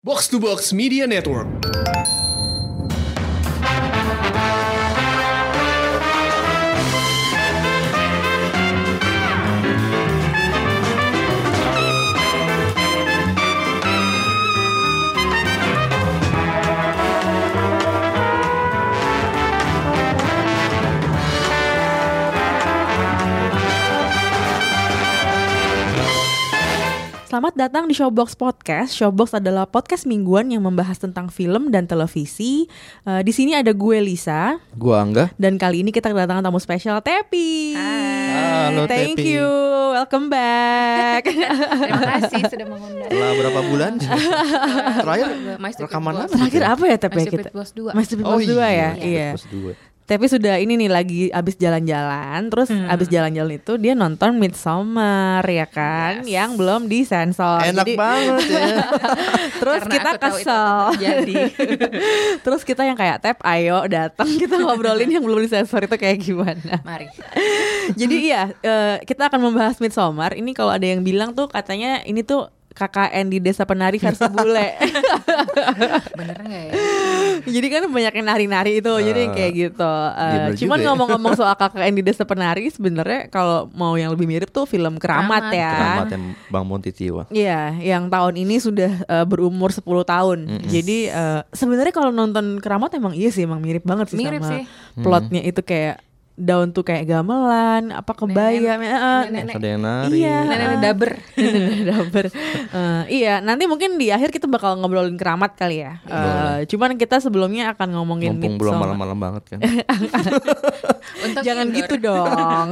Box to Box Media Network. Selamat datang di Showbox Podcast. Showbox adalah podcast mingguan yang membahas tentang film dan televisi. Di sini ada gue Lisa, gue Angga, dan kali ini kita kedatangan tamu spesial Tepi. Hai. Halo Thank Tepi. you, welcome back. Terima kasih sudah mengundang. Setelah berapa bulan? Terakhir rekaman apa? Terakhir apa ya Tepi My kita? Stupid Boss 2. My Stupid Boss 2 ya. Iya. Plus 2. Tapi sudah ini nih lagi abis jalan-jalan. Terus abis jalan-jalan itu dia nonton Midsommar ya kan, yang belum disensor. Enak banget ya. Terus Karena kita aku tahu itu kesel. terjadi. Terus kita yang kayak Tep, ayo datang kita ngobrolin yang belum disensor itu kayak gimana. Mari. Jadi iya, kita akan membahas Midsommar. Ini kalau ada yang bilang tuh katanya ini tuh KKN di Desa Penari versi bule. Bener gak ya? Jadi kan banyak yang nari-nari itu, jadi yang kayak gitu. Cuman juga ya. ngomong-ngomong soal KKN di Desa Penari, sebenarnya kalau mau yang lebih mirip tuh film Keramat ya. Keramat yang Bang Monty Tiwa. Iya, yang tahun ini sudah berumur 10 tahun. Jadi sebenarnya kalau nonton Keramat emang iya sih, emang mirip banget sih Mirip sama sih. plotnya itu kayak daun tuh kayak gamelan, apa kebaya, Nenek. Ada yang nari. Iya. Nenek daber. Daber. Iya, nanti mungkin di akhir kita bakal ngobrolin Keramat kali ya. Cuman kita sebelumnya akan ngomongin Mumpung belum Midsommar. malam-malam banget kan. Untuk Jangan indoor. gitu dong.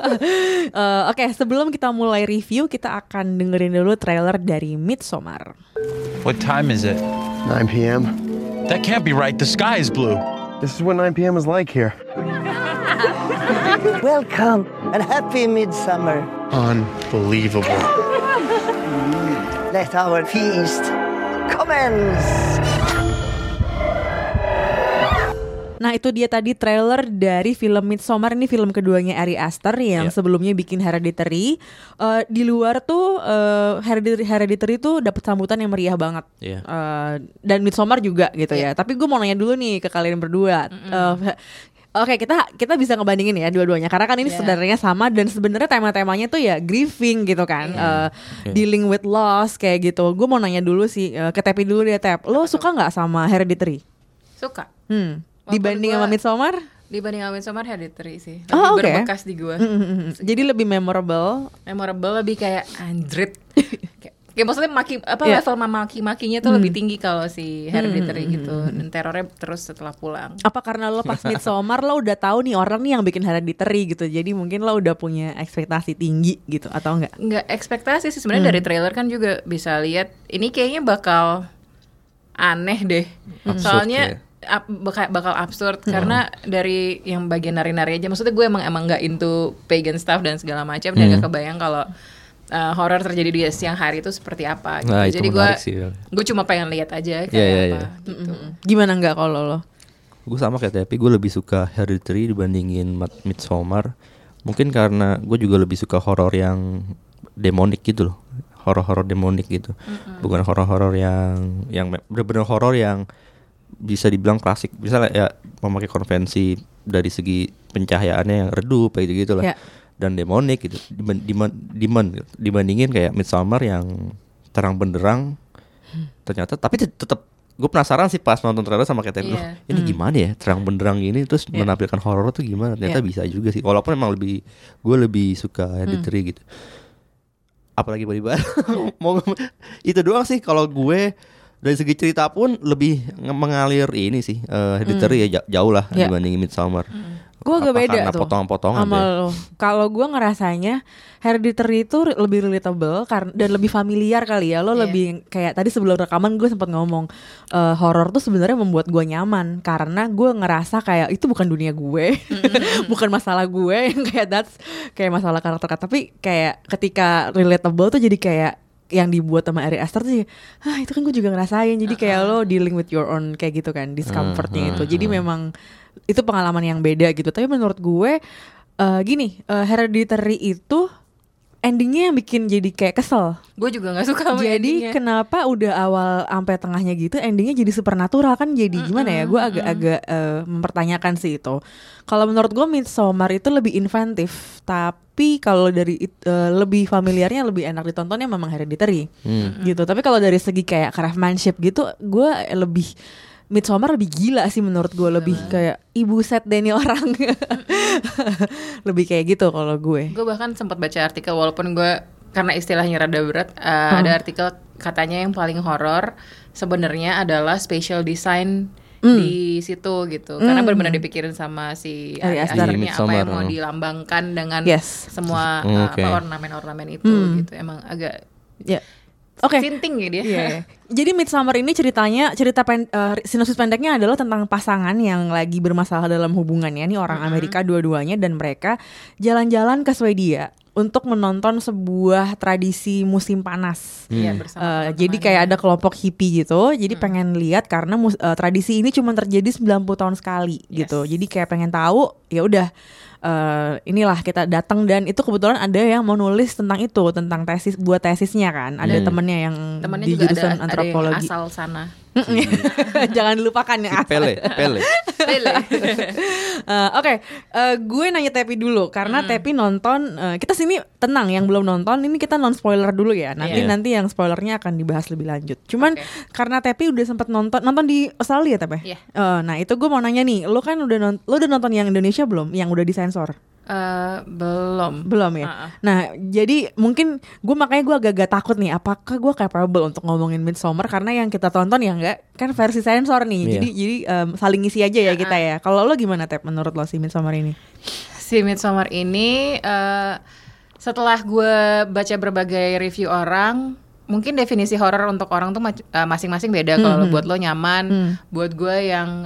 Oke, sebelum kita mulai review, kita akan dengerin dulu trailer dari Midsommar. What time is it? 9 p.m. That can't be right. The sky is blue. This is what 9 p.m. is like here. Welcome and happy midsummer. Unbelievable. Let our feast commence. Nah itu dia tadi trailer dari film Midsommar. Ini film keduanya Ari Aster yang sebelumnya bikin Hereditary. Di luar tuh Hereditary tuh dapat sambutan yang meriah banget. Iya. Dan Midsommar juga gitu ya. Tapi gue mau nanya dulu nih ke kalian berdua. Oke, kita bisa ngebandingin ya dua-duanya karena kan ini sebenarnya sama dan sebenarnya tema-temanya tuh ya grieving gitu kan, dealing with loss kayak gitu. Gue mau nanya dulu sih ke Tepi dulu deh Tep. Lo suka nggak sama Hereditary? Suka. Dibanding sama Midsommar? Dibanding sama Midsommar Hereditary sih. Oh, Lebih oke. berbekas di gua. Jadi lebih memorable. Memorable, lebih kayak anjrit. Kayak maksudnya level maki-makinya tuh lebih tinggi kalau si Hereditary gitu. Dan terornya terus setelah pulang. Apa karena lo pas Midsommar lo udah tahu nih orang nih yang bikin Hereditary gitu. Jadi mungkin lo udah punya ekspektasi tinggi gitu atau enggak? Nggak ekspektasi sih sebenarnya. Dari trailer kan juga bisa lihat ini kayaknya bakal aneh deh. Soalnya bakal absurd karena dari yang bagian nari-nari aja. Maksudnya gue emang nggak into pagan stuff dan segala macam dan gak kebayang kalau horor terjadi di siang hari itu seperti apa gitu. Nah, itu Jadi menarik sih. gue cuma pengen lihat aja kayak Iya. apa gitu. Gimana enggak kalau lo? Gue sama kayak Tepi, gue lebih suka Hereditary dibandingin Midsommar. Mungkin karena gue juga lebih suka horor yang demonik gitu loh. Horor-horor demonik gitu. Bukan horor-horor yang benar-benar horor yang bisa dibilang klasik. Misalnya ya memakai konvensi dari segi pencahayaannya yang redup kayak gitu lah. Ya. Dan demonik gitu. Dibandingin kayak Midsommar yang terang benderang. Ternyata tapi tetap gue penasaran sih pas nonton trailer sama kayak tadi. Iya. Ini gimana ya terang benderang ini terus menampilkan horor tuh gimana? Ternyata bisa juga sih. Walaupun emang gue lebih suka Hereditary gitu. Apalagi tiba-tiba mau itu doang sih kalau gue. Dari segi cerita pun lebih mengalir ini sih Hereditary ya jauh lah dibandingin Midsommar. Gue agak beda karena tuh potongan-potongan sama deh. lo. Kalau gue ngerasanya Hereditary itu lebih relatable dan lebih familiar kali ya. Lo lebih kayak tadi sebelum rekaman gue sempat ngomong horor tuh sebenarnya membuat gue nyaman karena gue ngerasa kayak itu bukan dunia gue, bukan masalah gue yang kayak masalah karakter. Tapi kayak ketika relatable tuh jadi kayak yang dibuat sama Ari Aster tuh itu kan gue juga ngerasain. Jadi kayak lo dealing with your own kayak gitu kan, discomfortnya itu. Jadi memang itu pengalaman yang beda gitu. Tapi menurut gue gini, Hereditary itu endingnya yang bikin jadi kayak kesel. Gue juga nggak suka sama Jadi endingnya. kenapa udah awal sampai tengahnya gitu endingnya jadi supernatural kan jadi gimana ya? Gue agak-agak mempertanyakan sih itu. Kalau menurut gue Midsommar itu lebih inventif, tapi kalau dari lebih familiarnya lebih enak ditontonnya memang Hereditary gitu. Tapi kalau dari segi kayak craftsmanship gitu, gue lebih Midsommar lebih gila sih menurut gue, lebih kayak ibu set deh nih orang. Lebih kayak gitu kalau gue. Gue bahkan sempat baca artikel, walaupun gue karena istilahnya rada berat, ada artikel katanya yang paling horor sebenarnya adalah spatial design di situ gitu, karena benar-benar dipikirin sama si Ari Aster. Asternya apa yang mau Midsommar. dilambangkan dengan Yes. semua Oke. ornamen-ornamen itu gitu. Emang agak Ya. Oke. sinting ya dia. Iya. Jadi Midsommar ini ceritanya sinopsis pendeknya adalah tentang pasangan yang lagi bermasalah dalam hubungannya. Ini orang Amerika dua-duanya dan mereka jalan-jalan ke Swedia untuk menonton sebuah tradisi musim panas. Iya, bersama Jadi kayak ada kelompok hippie gitu. Jadi pengen lihat karena tradisi ini cuma terjadi 90 tahun sekali gitu. Jadi kayak pengen tahu, ya udah inilah kita datang, dan itu kebetulan ada yang mau nulis tentang itu, tentang tesis, buat tesisnya kan. Ada temennya yang temannya di juga jurusan ada yang antropologi. asal sana. Jangan dilupakan ya. Pele. Pele. Oke, gue nanya Tepi dulu karena Tepi nonton. Kita sini tenang, yang belum nonton ini kita non spoiler dulu ya. Nanti Iya. nanti yang spoilernya akan dibahas lebih lanjut. Cuman karena Tepi udah sempat nonton di Australia Tepi. Iya. Nah itu gue mau nanya nih, lo kan udah nonton yang Indonesia belum? Yang udah disensor? Belum Ya. Nah jadi mungkin makanya gue agak-agak takut nih, apakah gue capable untuk ngomongin Midsommar karena yang kita tonton ya enggak kan versi sensor nih. Iya. Jadi saling ngisi aja ya kita ya. Kalau lo gimana Tep, menurut lo si Midsommar ini? Si Midsommar ini setelah gue baca berbagai review orang, mungkin definisi horor untuk orang tuh masing-masing beda. Kalau buat lo nyaman, buat gue yang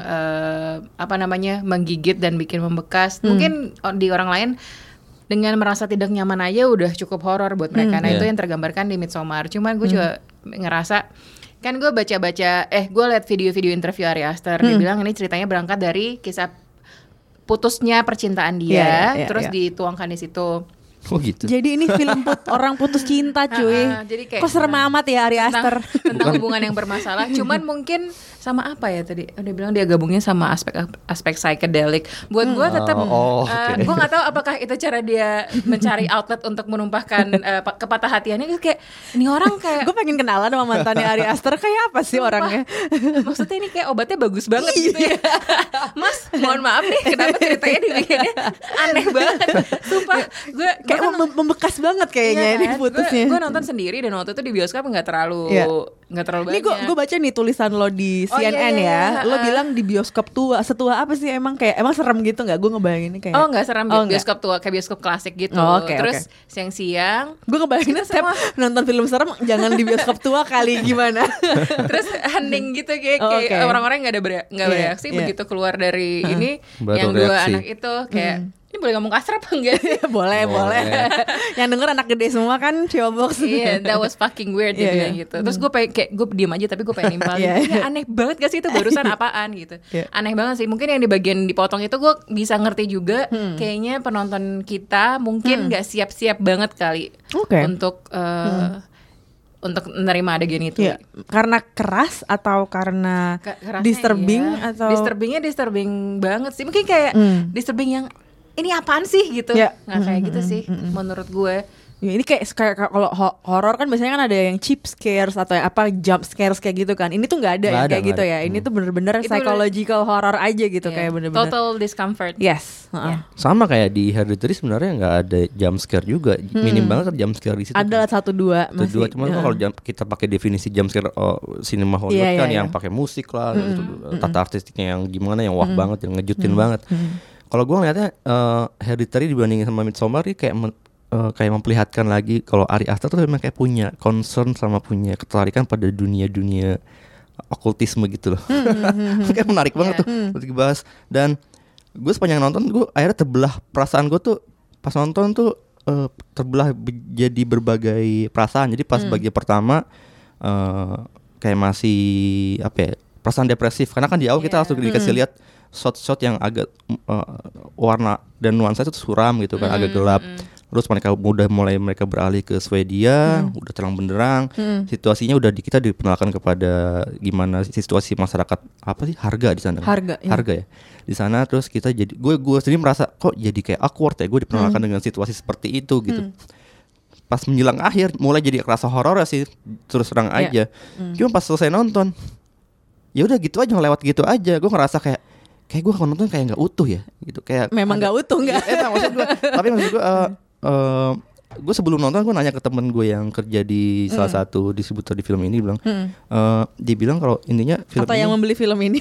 menggigit dan bikin membekas, mungkin di orang lain dengan merasa tidak nyaman aja udah cukup horor buat mereka. Nah itu yang tergambarkan di Midsommar. Cuman gue juga ngerasa, kan gue gue liat video-video interview Ari Aster, dia bilang ini ceritanya berangkat dari kisah putusnya percintaan dia, terus dituangkan di situ. Oh gitu. Jadi ini film orang putus cinta cuy. Jadi kayak kok serem amat ya Ari Aster. tentang hubungan yang bermasalah. Cuman mungkin sama apa ya tadi? Dia bilang dia gabungnya sama aspek psychedelic. Buat gue tetap, oke. gue nggak tahu apakah itu cara dia mencari outlet untuk menumpahkan kepatah hatiannya. Gitu kayak ini orang kayak. Gue pengen kenalan sama mantannya Ari Aster, kayak apa sih orangnya? Maksudnya ini kayak obatnya bagus banget gitu ya. Mas, mohon maaf nih, kenapa ceritanya dibikinnya aneh banget. Sumpah, gue Kayak membekas banget kayaknya ini putusnya. Gue nonton sendiri dan waktu itu di bioskop nggak terlalu Ini banyak. gue baca nih tulisan lo di Oh, CNN iya. Lo bilang di bioskop tua. Setua apa sih emang serem gitu nggak? Gue ngebayanginnya kayak nggak serem, Oh, bioskop tua kayak bioskop klasik gitu. Oh, oke, Terus siang-siang gue ngebayanginnya Kita semua- nonton film serem jangan di bioskop tua kali, gimana? terus hening gitu kayak Oh, oke. orang-orang nggak bereaksi Iya. begitu keluar dari ini Baru yang dua reaksi. anak itu kayak ini boleh ngomong kasar apa enggak sih? boleh. Yang denger anak gede semua kan, Showbox. Iya, that was fucking weird dia Iya, bilang iya. gitu. Terus gue pengen kayak gue diem aja tapi gue pengen nimpalin. Iya, iya. Ya, aneh banget gak sih itu barusan apaan gitu. Iya. Aneh banget sih. Mungkin yang di bagian dipotong itu gue bisa ngerti juga. Kayaknya penonton kita mungkin gak siap-siap banget kali Oke. untuk untuk menerima adegan itu. Iya, karena keras atau karena Kerasnya disturbing iya. atau disturbing banget sih. Mungkin kayak disturbing yang ini apaan sih gitu. Ya. Nggak kayak gitu sih menurut gue. ya, ini kayak kalau horor kan biasanya kan ada yang cheap scares atau apa jump scares kayak gitu kan. Ini tuh nggak ada Nggak yang ada, kayak gitu nggak ya. ada. Ini tuh bener-bener Itu psychological horror aja gitu, Iya. kayak bener-bener. Total discomfort. Yes. Sama kayak di Hereditary sebenarnya nggak ada jump scare juga. Minim banget jump scare di situ. Ada kan. 1-2 Satu dua, cuman kalau kita pakai definisi jump scare cinema Hollywood Iya, kan iya, yang iya. pakai musik lah, tata artistiknya yang gimana, yang wah banget, yang ngejutin banget. Kalau gue ngeliatnya Hereditary dibandingin sama Midsommar ini kayak memperlihatkan lagi kalau Ari Aster tuh memang kayak punya concern sama punya ketertarikan pada dunia-dunia okultisme gitu loh. Kayak menarik banget tuh untuk dibahas. Dan gue sepanjang nonton gue akhirnya terbelah, perasaan gue tuh pas nonton tuh terbelah jadi berbagai perasaan. Jadi pas bagian pertama kayak masih perasaan depresif, karena kan di awal kita langsung dikasih lihat shot-shot yang agak warna dan nuansa itu suram gitu kan, agak gelap. Terus mereka beralih ke Swedia, udah terang benderang. Situasinya udah kita diperkenalkan kepada gimana situasi masyarakat harga di sana. Harga ya. Di sana terus kita jadi gue sendiri merasa kok jadi kayak awkward ya, gue diperkenalkan dengan situasi seperti itu gitu. Pas menjelang akhir mulai jadi kerasa horor sih, terus terang aja. Cuma pas selesai nonton, ya udah gitu aja, ngelewat gitu aja. Gue ngerasa kayak gue kalau nonton kayak nggak utuh ya, gitu. Kayak memang nggak utuh nggak? Maksud gue, tapi maksud gue, gue sebelum nonton gue nanya ke temen gue yang kerja di salah satu distributor di film ini, bilang, dia bilang kalau intinya film atau ini, yang membeli film ini,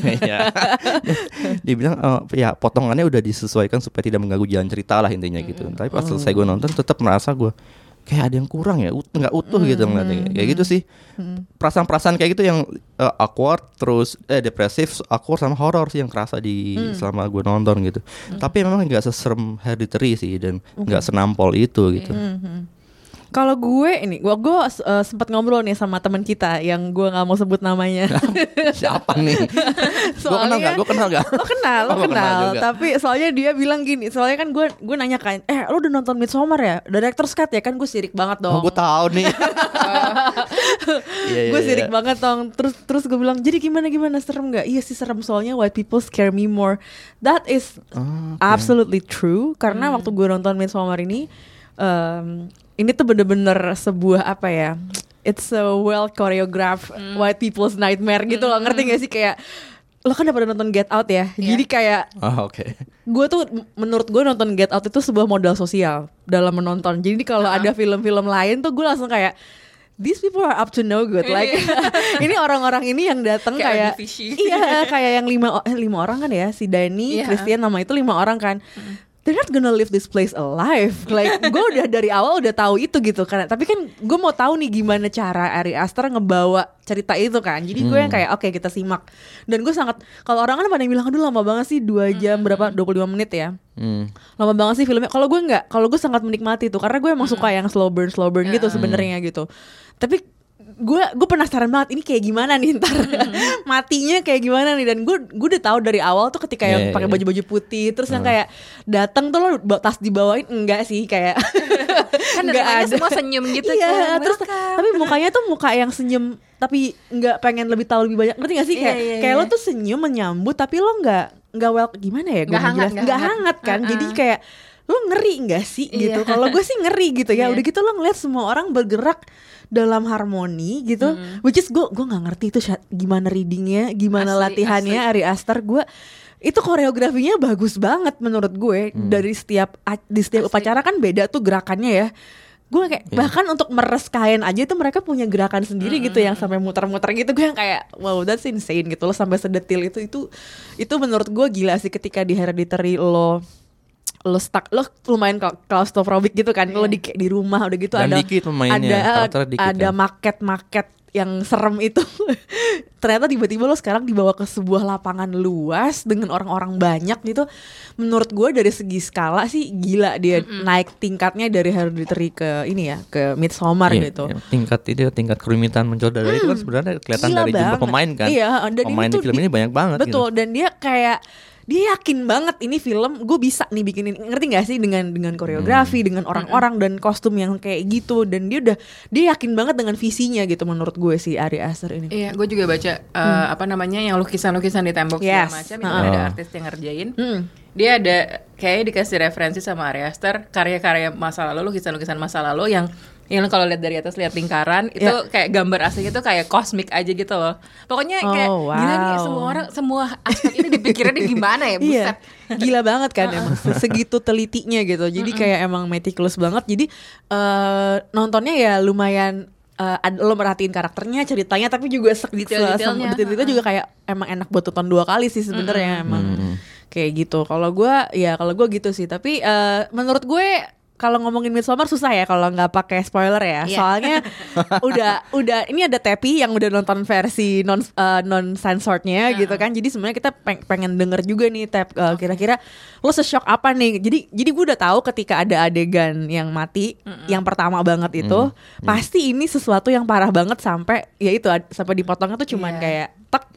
dia bilang ya potongannya udah disesuaikan supaya tidak mengganggu jalan cerita lah intinya gitu. Tapi pas selesai gue nonton tetap merasa gue kayak ada yang kurang ya, nggak utuh gitu ngeliatnya. Kayak gitu sih. Perasaan-perasaan kayak gitu yang awkward, terus depresif, awkward sama horor sih yang kerasa di selama gue nonton gitu. Tapi memang nggak seserem Hereditary sih, dan nggak senampol itu gitu. Kalau gue sempat ngobrol nih sama teman kita yang gue nggak mau sebut namanya. Siapa nih? Gue kenal gak? Lo kenal. Tapi soalnya dia bilang gini, soalnya kan gue nanya kan, lo udah nonton Midsommar ya? Director's Cut ya? Kan gue sirik banget dong. Gue tahu nih. Gue sirik banget dong. Terus gue bilang, jadi gimana serem nggak? Iya sih serem, soalnya white people scare me more. That is absolutely true. Karena waktu gue nonton Midsommar ini tuh bener-bener sebuah it's a well choreographed white people's nightmare gitu loh, ngerti gak sih? Kayak lo kan udah pada nonton Get Out ya, jadi kayak gue tuh menurut gue nonton Get Out itu sebuah modal sosial dalam menonton. Jadi kalau ada film-film lain tuh gue langsung kayak these people are up to no good, like ini orang-orang ini yang datang kayak kayak yang 5 orang kan ya, si Danny, Christian, nama itu 5 orang kan. They're not gonna leave this place alive. Like gue udah dari awal udah tahu itu gitu kan. Tapi kan gue mau tahu nih gimana cara Ari Aster ngebawa cerita itu kan. Jadi gue yang kayak oke, kita simak. Dan gue sangat, kalau orang kan pada bilang aduh lama banget sih 2 jam berapa 25 menit ya. Lama banget sih filmnya. Kalau gue enggak, kalau gue sangat menikmati itu karena gue emang suka yang slow burn gitu sebenarnya gitu. Tapi gue penasaran banget ini kayak gimana nih ntar matinya kayak gimana nih. Dan gue udah tahu dari awal tuh ketika yang pakai baju-baju putih terus yang kayak datang tuh lo tas dibawain, enggak sih kayak kan nggak ada, semua senyum gitu kan. Terus tapi mukanya tuh muka yang senyum tapi nggak pengen lebih tahu lebih banyak, ngerti nggak sih? Kayak lo tuh senyum menyambut tapi lo nggak gimana ya, nggak hangat kan. Jadi kayak lo ngeri nggak sih gitu. Kalau gue sih ngeri gitu ya. Udah gitu lo ngeliat semua orang bergerak dalam harmoni gitu, which is gue nggak ngerti itu gimana readingnya, gimana latihannya Ari Aster. Gue itu koreografinya bagus banget menurut gue. Dari di setiap upacara kan beda tuh gerakannya ya. Gue kayak bahkan untuk meres kain aja itu mereka punya gerakan sendiri gitu yang sampai muter-muter gitu. Gue yang kayak wow, that's insane gitu loh, sampai sedetil itu menurut gue gila sih. Ketika di Hereditary lo stuck, lo lumayan claustrophobic gitu kan, lo di rumah udah gitu. Dan ada market yang serem itu. Ternyata tiba-tiba lo sekarang dibawa ke sebuah lapangan luas dengan orang-orang banyak gitu. Menurut gue dari segi skala sih gila dia naik tingkatnya dari Hereditary ke ini ya, ke Midsommar gitu. Tingkat kerumitan mencoba dari itu kan sebenarnya kelihatan dari jumlah pemain kan. Dan pemain di film ini banyak banget. Betul gitu. Dan dia kayak dia yakin banget ini film gue bisa nih bikinin, ngerti gak sih, dengan koreografi, dengan orang-orang dan kostum yang kayak gitu. Dan dia yakin banget dengan visinya gitu menurut gue si Ari Aster ini. Iya, gue juga baca yang lukisan-lukisan di tembok segala macam itu ada artis yang ngerjain. Dia ada kayak dikasih referensi sama Ari Aster karya-karya masa lalu, lukisan-lukisan masa lalu yang kalau lihat dari atas, lihat lingkaran itu kayak gambar aslinya tuh kayak kosmik aja gitu loh. Pokoknya kayak gila nih, semua aspek ini dipikirin gimana ya, buset. Gila banget kan emang segitu telitinya gitu. Jadi kayak emang meticulous banget. Jadi nontonnya ya lumayan lo merhatiin karakternya, ceritanya, tapi juga detail-detailnya juga kayak emang enak buat tonton 2 kali sih sebenarnya emang. Kayak gitu. Kalau gue gitu sih. Tapi menurut gue kalau ngomongin Midsommar susah ya kalau nggak pakai spoiler ya. Soalnya udah ini ada Tepi yang udah nonton versi non censorednya gitu kan. Jadi sebenarnya kita pengen denger juga nih kira-kira lo se-shock apa nih. Jadi gue udah tahu ketika ada adegan yang mati yang pertama banget itu pasti ini sesuatu yang parah banget sampai ya itu sampai dipotongnya tuh cuman kayak tek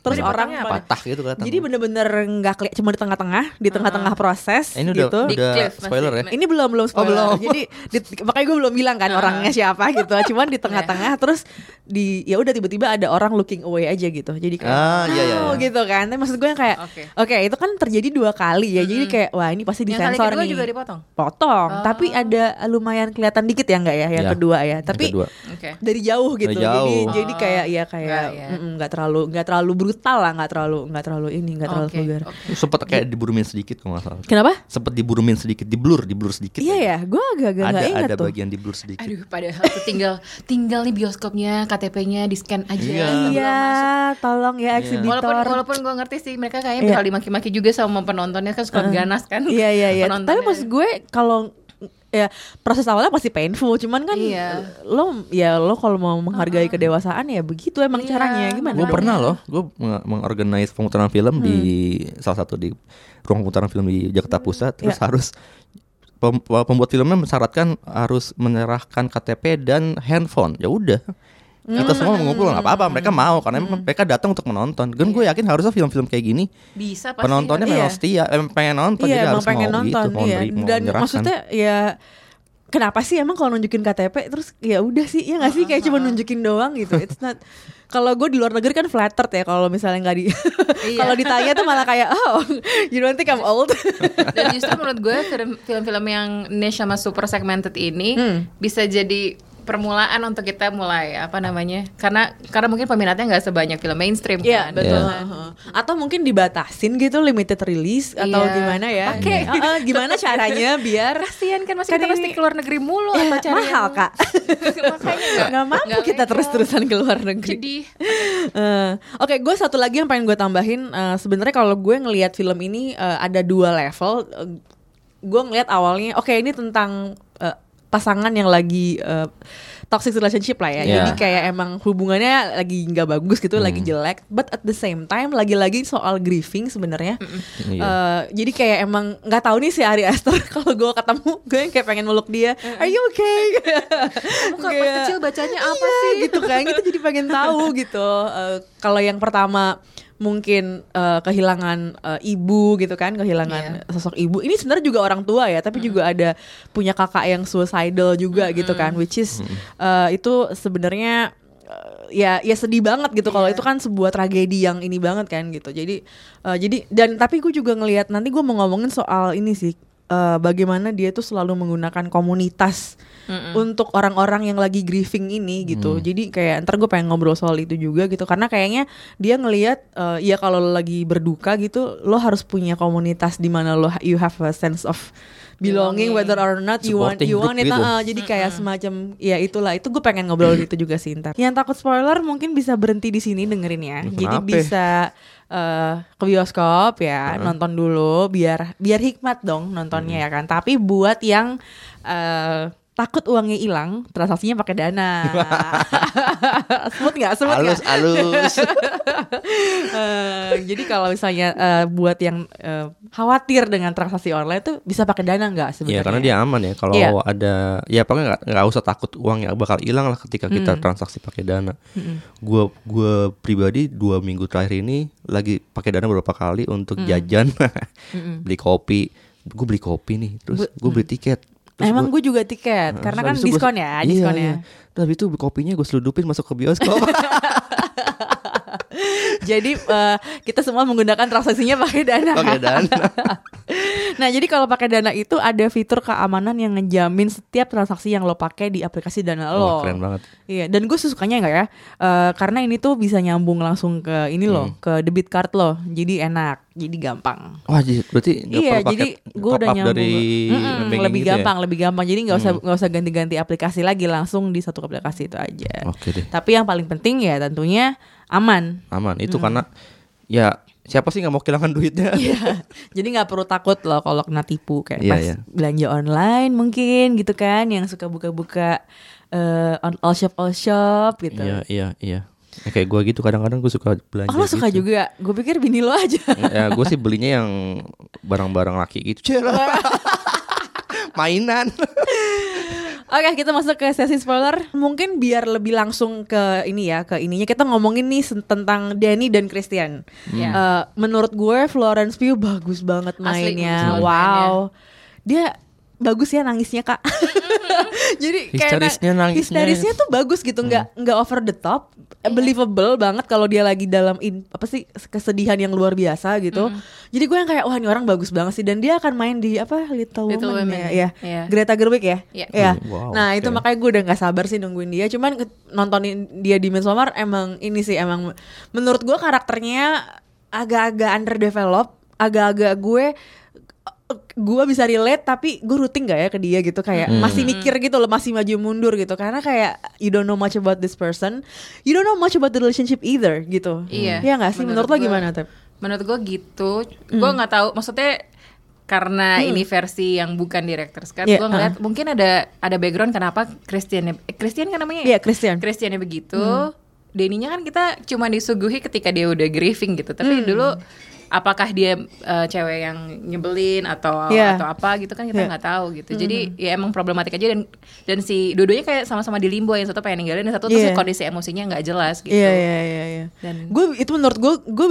terus Iya. orang patah gitu kan. jadi bener-bener nggak cuma di tengah-tengah proses ini udah gitu. udah Cliff spoiler ya. Ini belum spoiler. Jadi makanya gue belum bilang kan orangnya siapa gitu. Cuman di tengah-tengah terus ya udah tiba-tiba ada orang looking away aja gitu. Jadi kayak iya. gitu kan. Tapi maksud gue yang kayak oke, itu kan terjadi 2 kali ya. Jadi kayak wah ini pasti Yang kali disensor kedua nih. juga dipotong. Tapi ada lumayan kelihatan dikit ya enggak ya yang Ya, kedua ya. yang Tapi kedua. Oke. dari jauh gitu. Dari jauh. Jadi kayak Iya. nggak terlalu brutal lah, nggak terlalu terlalu vulgar. Sempet kayak diburumin sedikit kalau nggak salah. Kenapa? Sempet diburumin sedikit, di blur sedikit. Iya ya, gue agak-agak nggak ingat ada tuh. bagian di blur sedikit. Aduh, padahal tuh tinggal nih bioskopnya, KTP-nya di scan aja. Iya. Iya, tolong ya eksibitor. Walaupun gue ngerti sih mereka kayaknya bakal dimaki-maki juga sama penontonnya kan suka ganas kan. Iya. Penontonnya. Tapi maksud gue kalau ya proses awalnya pasti painful, cuman kan lo kalau mau menghargai kedewasaan ya begitu emang caranya. Gimana? Gue pernah loh, gue mengorganize pemutaran film di salah satu di ruang pemutaran film di Jakarta Pusat. Terus harus pembuat filmnya mensyaratkan harus menyerahkan KTP dan handphone. Ya udah, kita semua mengumpul nggak apa-apa. Mereka mau karena mereka datang untuk menonton. Dan gue yakin harusnya film-film kayak gini bisa pasti penontonnya memang setia, pengen nonton, jadi Iya, harus emang pengen mau nonton. gitu, mau Iya. mau Dan menyerahkan. maksudnya ya kenapa sih emang kalau nunjukin KTP terus ya udah sih ya nggak sih kayak cuma nunjukin doang gitu. It's not. Kalau gue di luar negeri kan flattered ya kalau misalnya nggak di kalau ditanya tuh malah kayak you don't think I'm old. Dan justru menurut gue film-film yang niche sama super segmented ini bisa jadi permulaan untuk kita mulai karena mungkin peminatnya nggak sebanyak film mainstream Iya kan. betul. Atau mungkin dibatasin gitu limited release atau gimana ya? Oke. Gimana caranya biar Kasian kan kita pasti keluar negeri mulu atau cari mahal yang- Kak. Makanya nggak mampu kita legal. terus-terusan ke luar negeri. Jadi Oke, gue satu lagi yang pengen gue tambahin. Sebenarnya kalau gue ngelihat film ini ada 2 level. Gue ngelihat awalnya, oke ini tentang pasangan yang lagi toxic relationship lah ya. Yeah. Jadi kayak emang hubungannya lagi nggak bagus gitu, lagi jelek. But at the same time lagi-lagi soal grieving sebenarnya. Jadi kayak emang nggak tahu nih si Ari Aster kalau gue ketemu gue yang kayak pengen meluk dia. Are you okay? kamu pas kecil bacanya apa sih? Gitu kan, kita jadi pengen tahu gitu. Kalau yang pertama mungkin kehilangan ibu gitu kan, kehilangan sosok ibu. Ini sebenarnya juga orang tua ya, tapi juga ada punya kakak yang suicidal juga gitu kan, which is itu sebenarnya ya sedih banget gitu kalau itu kan sebuah tragedi yang ini banget kan gitu. Jadi dan tapi gue juga ngelihat nanti gue mau ngomongin soal ini sih. Bagaimana dia tuh selalu menggunakan komunitas untuk orang-orang yang lagi grieving ini gitu. Jadi kayak ntar gue pengen ngobrol soal itu juga gitu. Karena kayaknya dia ngelihat ya kalau lo lagi berduka gitu, lo harus punya komunitas di mana lo you have a sense of belonging whether or not you want Supporting it. group gitu. Jadi kayak semacam ya itulah. Itu gue pengen ngobrol gitu juga sih ntar. Yang takut spoiler mungkin bisa berhenti di sini dengerin ya. Jadi Kenapa? bisa ke bioskop ya, nonton dulu biar hikmat dong nontonnya ya kan. Tapi buat yang takut uangnya hilang, transaksinya pakai Dana. Smooth nggak? Halus. Jadi kalau misalnya buat yang khawatir dengan transaksi online tuh bisa pakai Dana nggak sebenarnya? Iya, karena dia aman ya. Kalau ada, ya pokoknya nggak usah takut uangnya bakal hilang lah ketika kita transaksi pakai Dana. Gua pribadi 2 minggu terakhir ini lagi pakai Dana beberapa kali untuk jajan, beli kopi. Gue beli kopi nih, terus gue beli tiket. Emang gue juga tiket, karena kan diskon ya, diskonnya. Terus habis itu kopinya gue seludupin masuk ke bioskop. Jadi kita semua menggunakan transaksinya pakai Dana. Pakai Dana. Nah, jadi kalau pakai Dana itu ada fitur keamanan yang ngejamin setiap transaksi yang lo pakai di aplikasi Dana lo. Keren banget. Iya, dan gue sukanya nggak ya, karena ini tuh bisa nyambung langsung ke ini loh, ke debit card lo. Jadi enak, jadi gampang. Wah, berarti nggak perlu jadi pakai gue top udah up nyambung dari banking lebih gitu ya? gampang. Jadi nggak usah ganti-ganti aplikasi lagi, langsung di satu aplikasi itu aja. Oke deh. Tapi yang paling penting ya tentunya aman. Itu karena ya siapa sih nggak mau kehilangan duitnya? Iya. Jadi nggak perlu takut loh kalau kena tipu kayak Iya, pas iya. belanja online mungkin gitu kan, yang suka buka-buka all shop gitu. Iya. Ya, kayak gue gitu kadang-kadang gue suka belanja. Oh, lo suka gitu. juga? Gue pikir bini lo aja. Ya gue sih belinya yang barang-barang laki gitu. Mainan. Oke, kita masuk ke sesi spoiler. Mungkin biar lebih langsung ke ini ya, ke ininya kita ngomongin nih tentang Danny dan Christian. Menurut gue Florence Pugh bagus banget mainnya. Asli, wow. Dia bagus ya nangisnya, Kak. Jadi kayak histerisnya tuh bagus gitu, nggak over the top, believable banget kalau dia lagi dalam kesedihan yang luar biasa gitu. Jadi gue yang kayak wah ini orang bagus banget sih, dan dia akan main di Little Women ya. Greta Gerwig ya. Wow, nah itu makanya gue udah nggak sabar sih nungguin dia. Cuman nontonin dia di Midsommar emang menurut gue karakternya agak-agak underdeveloped, agak-agak gue bisa relate tapi gue rooting gak ya ke dia gitu, kayak masih mikir gitu loh, masih maju mundur gitu, karena kayak you don't know much about this person, you don't know much about the relationship either gitu. Iya gak sih? Menurut lo gimana, Tep? Menurut gue gitu, gue nggak tahu, maksudnya karena ini versi yang bukan director's cut, gue ngeliat mungkin ada background kenapa Christian kan namanya ya? Christiannya begitu. Danny-nya kan kita cuma disuguhi ketika dia udah grieving gitu, tapi dulu apakah dia cewek yang nyebelin atau apa gitu kan kita nggak tahu gitu. Jadi ya emang problematik aja, dan si dua-duanya kayak sama-sama di limbo, yang satu pengen ninggalin, yang satu tuh kondisi emosinya nggak jelas gitu. Iya. Dan gue itu menurut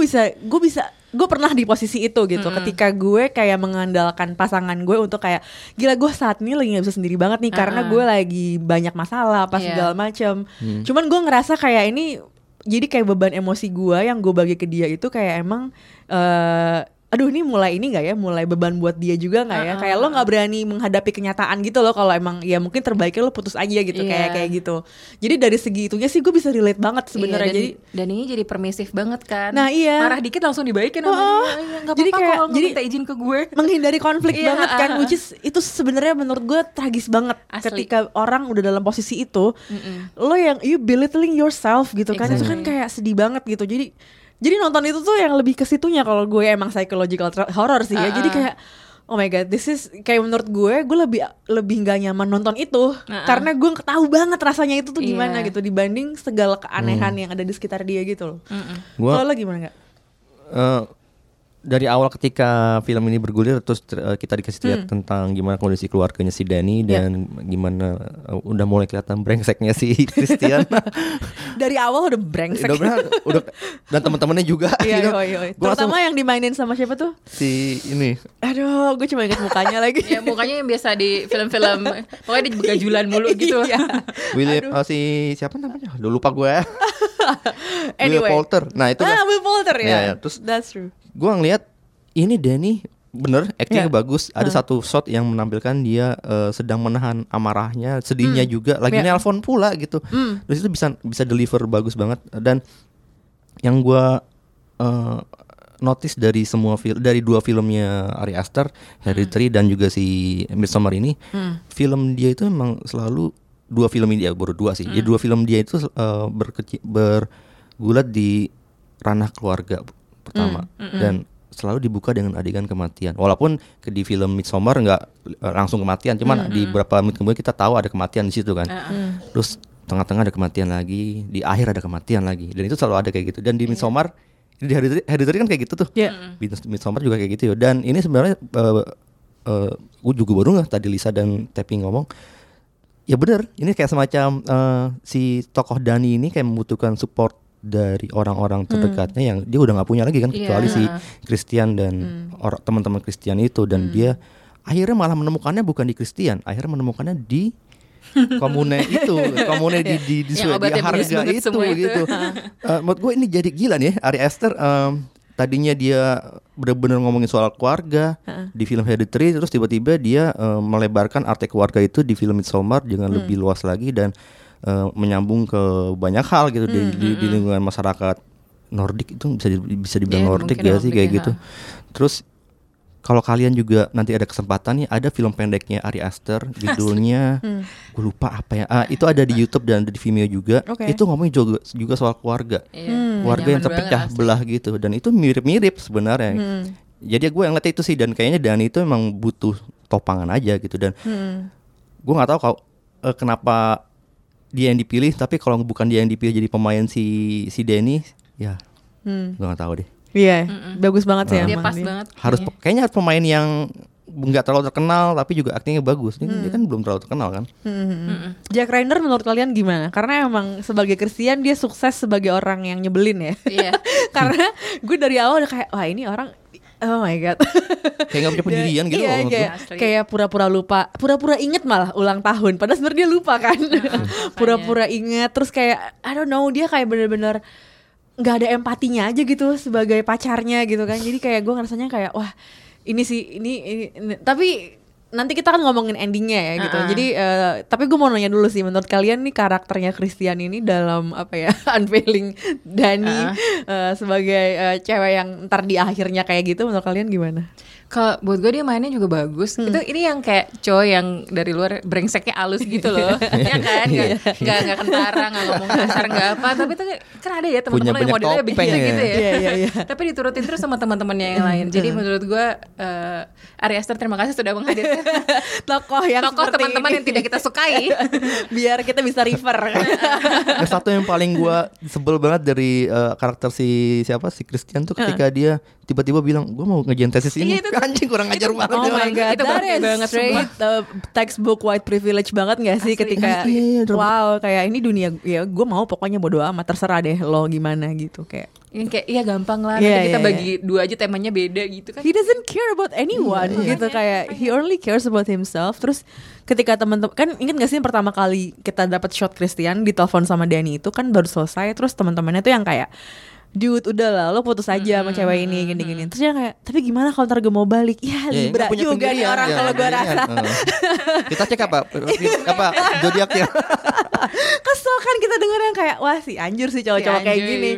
gue pernah di posisi itu gitu, ketika gue kayak mengandalkan pasangan gue untuk kayak gila gue saat ini lagi nggak bisa sendiri banget nih karena gue lagi banyak masalah apa segala macam. Cuman gue ngerasa kayak ini jadi kayak beban emosi gue yang gue bagi ke dia itu kayak emang aduh ini mulai beban buat dia juga nggak ya, kayak lo nggak berani menghadapi kenyataan gitu loh, kalau emang ya mungkin terbaiknya lo putus aja gitu, kayak gitu. Jadi dari segi itunya sih gue bisa relate banget sebenarnya. Dan ini jadi permisif banget kan. Nah iya, marah dikit langsung dibaikin namanya. Jadi kayak minta izin ke gue, menghindari konflik banget kan, which is itu sebenarnya menurut gue tragis banget. Ketika orang udah dalam posisi itu, lo yang you belittling yourself gitu kan, itu kan kayak sedih banget gitu. Jadi nonton itu tuh yang lebih ke situnya, kalau gue emang psychological horror sih ya. Jadi kayak oh my god, this is kayak menurut gue lebih nggak nyaman nonton itu karena gue tahu banget rasanya itu tuh gimana gitu, dibanding segala keanehan yang ada di sekitar dia gitu loh. Kalau lo gimana nggak? Dari awal ketika film ini bergulir terus kita dikasih lihat tentang gimana kondisi keluarganya si Danny dan gimana udah mulai kelihatan brengseknya si Christian. Dari awal udah brengsek. udah dan teman-temannya juga. Gitu. Terutama yang dimainin sama siapa tuh? Si ini. Aduh, gue cuma ingat mukanya lagi. Ya mukanya yang biasa di film-film, pokoknya dia gajulan mulu gitu. William si siapa namanya? Udah lupa gue. Anyway. Will Poulter. Nah itu Will Poulter ya. Terus that's true. Gue ngeliat ini Danny bener actingnya bagus. Ada satu shot yang menampilkan dia sedang menahan amarahnya, sedihnya juga, lagi nelpon pula gitu. Terus itu bisa deliver bagus banget. Dan yang gue notice dari dari dua filmnya Ari Aster, Hereditary dan juga si Midsommar ini, film dia itu memang selalu dua film ini baru dua sih. Ya dua film dia itu bergulat di ranah keluarga pertama dan selalu dibuka dengan adegan kematian. Walaupun di film Midsommar nggak langsung kematian, cuman di beberapa menit kemudian kita tahu ada kematian di situ kan. Terus tengah-tengah ada kematian lagi, di akhir ada kematian lagi, dan itu selalu ada kayak gitu. Dan di Midsommar, di Hereditary kan kayak gitu tuh. Di Midsommar juga kayak gitu ya. Dan ini sebenarnya gue juga baru nggak tadi Lisa dan Tepi ngomong. Ya benar, ini kayak semacam si tokoh Danny ini kayak membutuhkan support dari orang-orang terdekatnya yang dia udah nggak punya lagi kan, kecuali si Christian dan teman-teman Christian itu. Dan dia akhirnya malah menemukannya bukan di Christian, akhirnya menemukannya di komune itu, komune di harga itu gitu. Menurut gue ini jadi gila nih Ari Aster. Tadinya dia benar-benar ngomongin soal keluarga di film Hereditary, terus tiba-tiba dia melebarkan arti keluarga itu di film Midsommar dengan lebih luas lagi dan menyambung ke banyak hal gitu di lingkungan masyarakat Nordik. Itu bisa dibilang Nordik ya sih kayak gitu. Terus kalau kalian juga nanti ada kesempatan nih, ada film pendeknya Ari Aster judulnya gue lupa apa ya. Itu ada di YouTube dan ada di Vimeo juga. Itu ngomongin juga soal keluarga. Keluarga yang terpecah belah gitu, dan itu mirip-mirip sebenarnya. Jadi gue yang ngeliat itu sih, dan kayaknya Danny itu emang butuh topangan aja gitu. Dan gue nggak tahu kalau kenapa dia yang dipilih, tapi kalau bukan dia yang dipilih jadi pemain si Danny, ya gue nggak tahu deh. Iya, bagus banget sih dia pas banget. Kayaknya harus pemain yang nggak terlalu terkenal tapi juga aktingnya bagus. Dia kan belum terlalu terkenal kan. Jack Reiner menurut kalian gimana? Karena emang sebagai Christian dia sukses sebagai orang yang nyebelin ya. Iya. Karena gue dari awal udah kayak wah ini orang oh my god. Kayak gak punya pendirian gitu Iya, loh. kayak pura-pura lupa, pura-pura inget malah ulang tahun. Padahal sebenarnya dia lupa kan. Pura-pura inget, terus kayak I don't know, dia kayak bener-bener nggak ada empatinya aja gitu sebagai pacarnya gitu kan. Jadi kayak gue ngerasanya kayak wah ini sih ini. Tapi nanti kita kan ngomongin endingnya ya gitu. Jadi tapi gue mau nanya dulu sih, menurut kalian nih karakternya Christian ini dalam apa ya unveiling Dani sebagai cewek yang ntar di akhirnya kayak gitu, menurut kalian gimana? Kalau buat gue dia mainnya juga bagus. Itu ini yang kayak cowok yang dari luar brengseknya halus gitu loh. Ya kan, nggak kentara, nggak ngomong kasar, nggak apa. Tapi itu kan ada ya teman-teman yang modelnya begitu gitu ya. Iya. Tapi diturutin terus sama teman-temannya yang lain. Jadi menurut gue Ari Aster terima kasih sudah menghadirkan Tokoh teman-teman yang tidak kita sukai. Biar kita bisa refer. Satu yang paling gue sebel banget dari karakter si Christian tuh ketika dia tiba-tiba bilang gue mau ngerjain tesis ini. Anjing kurang ajar banget. Oh my god, itu that is banget straight textbook white privilege banget gak sih? Asli. Ketika wow kayak ini dunia ya gue mau pokoknya bodo amat, terserah deh lo gimana gitu kayak. Ini kayak iya gampang lah, Yeah, nanti kita yeah, bagi dua aja temanya beda gitu kan. He doesn't care about anyone gitu kayak he only cares about himself. Terus ketika teman-teman kan inget gak sih pertama kali kita dapat shot Christian ditelepon sama Dani itu kan baru selesai, terus teman-temannya tuh yang kayak dude udah lah lo putus aja sama cewek ini gini-gini. Terus dia kayak tapi gimana kalau ntar gue mau balik? Ya Libra juga nih orang kalau gue rasa. Kita cek apa zodiaknya. Kesel kan kita denger yang kayak wah si anjir sih cowok-cowok kayak gini.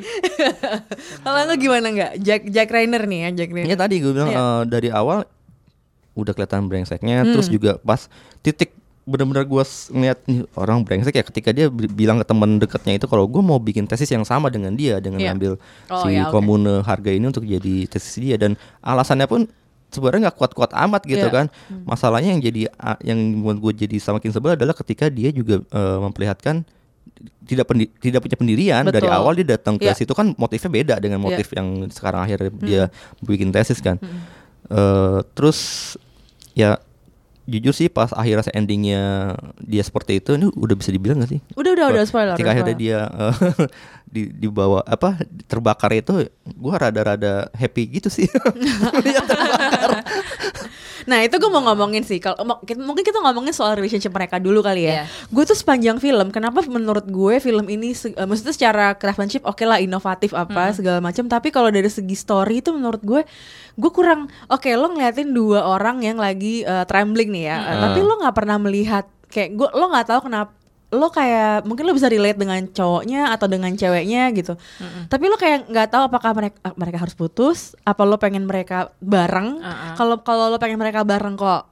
Kalau lo gimana nggak? Jack Reiner nih ya Jack Reiner. Ya tadi gue bilang dari awal udah kelihatan brengseknya. Terus juga pas titik benar-benar gue ngeliat nih orang brengsek ya ketika dia bilang ke teman dekatnya itu kalau gue mau bikin tesis yang sama dengan dia dengan ngambil komune harga ini untuk jadi tesis dia, dan alasannya pun sebenarnya nggak kuat-kuat amat gitu kan. Masalahnya yang membuat gue jadi semakin sebel adalah ketika dia juga memperlihatkan tidak punya pendirian. Betul. Dari awal dia datang ke situ kan motifnya beda dengan motif yang sekarang akhirnya dia bikin tesis kan. Terus ya jujur sih pas akhirnya endingnya dia seperti itu, ini udah bisa dibilang gak sih? Udah spoiler. Ketika akhirnya dia dibawa terbakar itu, gue rada-rada happy gitu sih. Dia terbakar. Nah itu gue mau ngomongin sih, kalau mungkin kita ngomongin soal relationship mereka dulu kali ya. Gue tuh sepanjang film, kenapa menurut gue film ini maksudnya secara craftsmanship oke lah, inovatif apa segala macam, tapi kalau dari segi story itu menurut gue kurang oke. Lo ngeliatin dua orang yang lagi trembling nih ya, tapi lo nggak pernah melihat kayak lo nggak tahu kenapa. Lo kayak mungkin lo bisa relate dengan cowoknya atau dengan ceweknya gitu, tapi lo kayak nggak tahu apakah mereka harus putus, apa lo pengen mereka bareng. Kalau lo pengen mereka bareng kok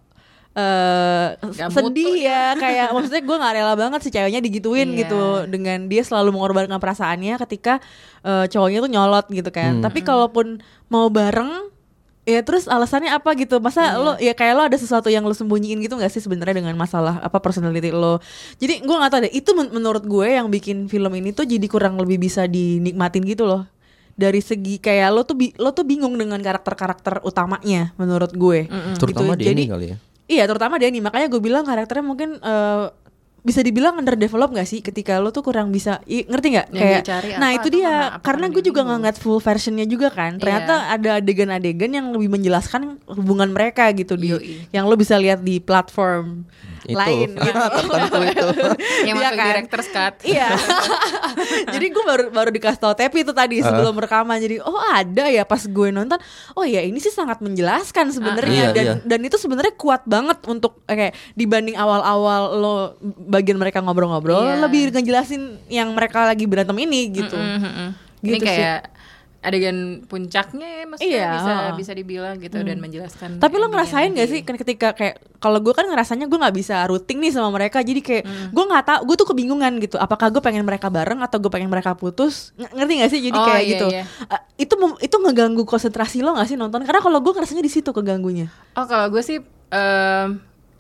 sedih ya kayak maksudnya gue nggak rela banget si ceweknya digituin gitu, dengan dia selalu mengorbankan perasaannya ketika cowoknya tuh nyolot gitu kan. Tapi kalaupun mau bareng ya terus alasannya apa gitu? Masa lo ya kayak lo ada sesuatu yang lo sembunyiin gitu nggak sih sebenarnya dengan masalah apa personality lo? Jadi gue nggak tahu deh. Itu menurut gue yang bikin film ini tuh jadi kurang lebih bisa dinikmatin gitu loh. Dari segi kayak lo tuh bingung dengan karakter utamanya menurut gue. Terutama gitu. Danny kali ya. Iya terutama Danny. Makanya gue bilang karakternya mungkin bisa dibilang underdevelop gak sih ketika lo tuh kurang bisa ngerti nggak kayak nah itu dia karena gue juga nggak ngeliat full versionnya juga kan, ternyata ada adegan-adegan yang lebih menjelaskan hubungan mereka gitu yang lo bisa lihat di platform itu. Lain Tentu itu yang masuk kan? director's cut. Iya. Jadi gue baru dikasih tau Tepi itu tadi sebelum rekaman. Jadi ada ya pas gue nonton. Oh ya ini sih sangat menjelaskan sebenarnya dan itu sebenarnya kuat banget untuk kayak dibanding awal-awal lo bagian mereka ngobrol-ngobrol lebih ngejelasin yang mereka lagi berantem ini gitu. Gitu ini kayak adegan puncaknya maksudnya bisa dibilang gitu dan menjelaskan. Tapi lo ngerasain gak sih kan ketika kayak kalau gue kan ngerasanya gue nggak bisa routing nih sama mereka, jadi kayak gue nggak tahu, gue tuh kebingungan gitu apakah gue pengen mereka bareng atau gue pengen mereka putus, ngerti gak sih? Jadi kayak gitu. Itu ngeganggu konsentrasi lo gak sih nonton? Karena kalau gue ngerasanya di situ keganggunya. Kalau gue sih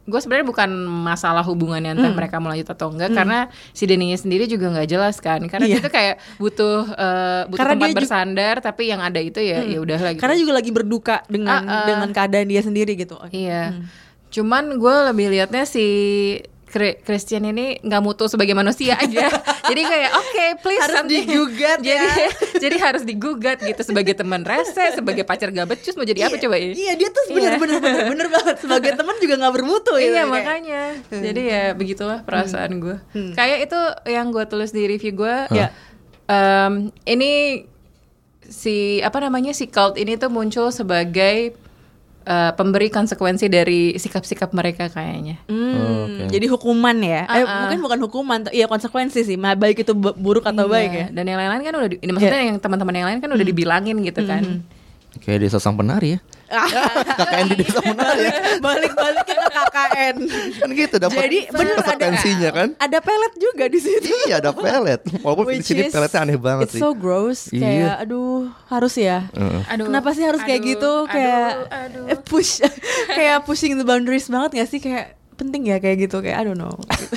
gue sebenarnya bukan masalah hubungannya entah mereka mau lanjut atau enggak, karena si Denny-nya sendiri juga nggak jelas kan, karena dia tuh kayak butuh Karena tempat dia bersandar, tapi yang ada itu ya udahlah gitu. Karena juga lagi berduka dengan keadaan dia sendiri gitu. Iya. Cuman gue lebih liatnya si Christian ini nggak mutu sebagai manusia aja. Jadi kayak oke, please Harus something. digugat ya. Jadi harus digugat gitu, sebagai teman rese, sebagai pacar gak becus mau jadi apa coba ini? Iya, dia tuh bener banget sebagai teman juga nggak bermutu gitu. Iya kayak. makanya. Jadi ya begitulah perasaan gue. Kayak itu yang gue tulis di review gue. Ya. Ini si si cult ini tuh muncul sebagai pemberi konsekuensi dari sikap-sikap mereka kayaknya. Jadi hukuman ya. Mungkin bukan hukuman, ya konsekuensi sih. Baik itu buruk atau baik ya. Dan yang lain-lain kan udah ini maksudnya yang teman-teman yang lain kan udah dibilangin gitu kan. Kayak Desa Sang Penari ya. KKN di Desa Penari ya. Balik ke KKN. Kan gitu dapat Jadi bener konsekuensinya kan. Ada pelet juga di situ. Iya, ada pelet. Walaupun di sini peletnya aneh banget it's sih. so gross. Iya. Kayak aduh, harus ya. Aduh, Kenapa sih harus kayak gitu? Kayak push kayak pushing the boundaries banget gak sih? Kayak penting ya kayak gitu, kayak I don't know.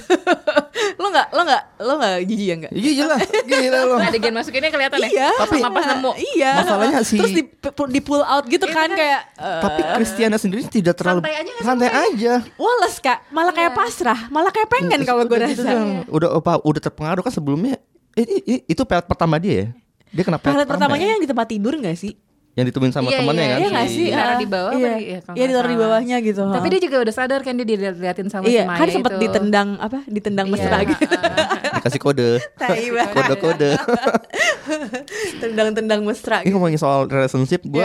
lo nggak jijik ya nggak? Iya jelas. Gila lo. Adegan masukinnya kelihatan Iya. ya. Sama pas nemu. Iya. Masalahnya sih. Terus di pull out gitu kan kayak. Tapi Christiana sendiri tidak terlalu Santai aja, santai aja. Wales Kak, malah kayak pasrah, malah kayak pengen kalau gue Itu rasa. yang udah terpengaruh kan sebelumnya. Itu pelet pertama dia ya. Dia kena Pelet pertamanya ya? yang di tempat tidur nggak sih? Yang ditemuin sama temannya kan. Iya nggak sih? Ditaruh di bawah Iya, apa di- ya, kalau iya nggak ditaruh di salah. bawahnya gitu. Tapi dia juga udah sadar kan, dia diliatin sama si iya Maya kan sempat itu. ditendang Iya, mesra gitu. Dikasih kode. Tai banget. Kode-kode. Tendang mesra. Ini Gitu. ngomongin soal relationship, gue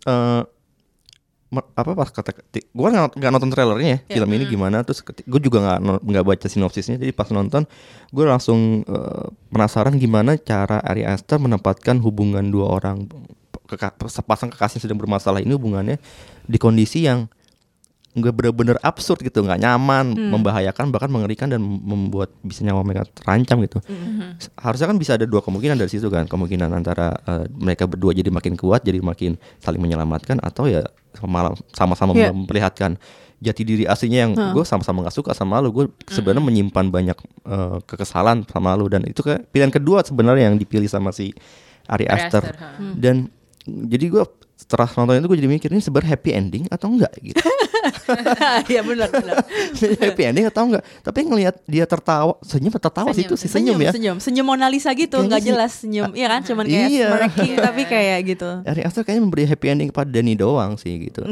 pas kata gue nggak nonton trailernya ya, film ini gimana, terus gue juga nggak baca sinopsisnya, jadi pas nonton gue langsung penasaran gimana cara Ari Aster menempatkan hubungan dua orang sepasang kekasih sedang bermasalah ini, hubungannya di kondisi yang nggak bener-bener absurd gitu, nggak nyaman, membahayakan, bahkan mengerikan dan membuat bisa nyawa mereka terancam gitu. Harusnya kan bisa ada dua kemungkinan dari situ kan, kemungkinan antara mereka berdua jadi makin kuat, jadi makin saling menyelamatkan, atau ya malah sama-sama memperlihatkan jati diri aslinya yang gue sama-sama nggak suka sama lu, gue sebenarnya menyimpan banyak kekesalan sama lu, dan itu kayak pilihan kedua sebenarnya yang dipilih sama si Ari Aster. Dan jadi gue setelah nonton itu gue jadi mikir, ini sebenarnya happy ending atau enggak gitu. Iya benar. Happy ending atau enggak? Tapi ngelihat dia tertawa sih itu si senyum ya. Senyum Mona Lisa gitu, nggak jelas senyum, iya kan, cuman kayak smirking tapi kayak gitu. Ari Aster kayaknya memberi happy ending kepada Danny doang sih gitu.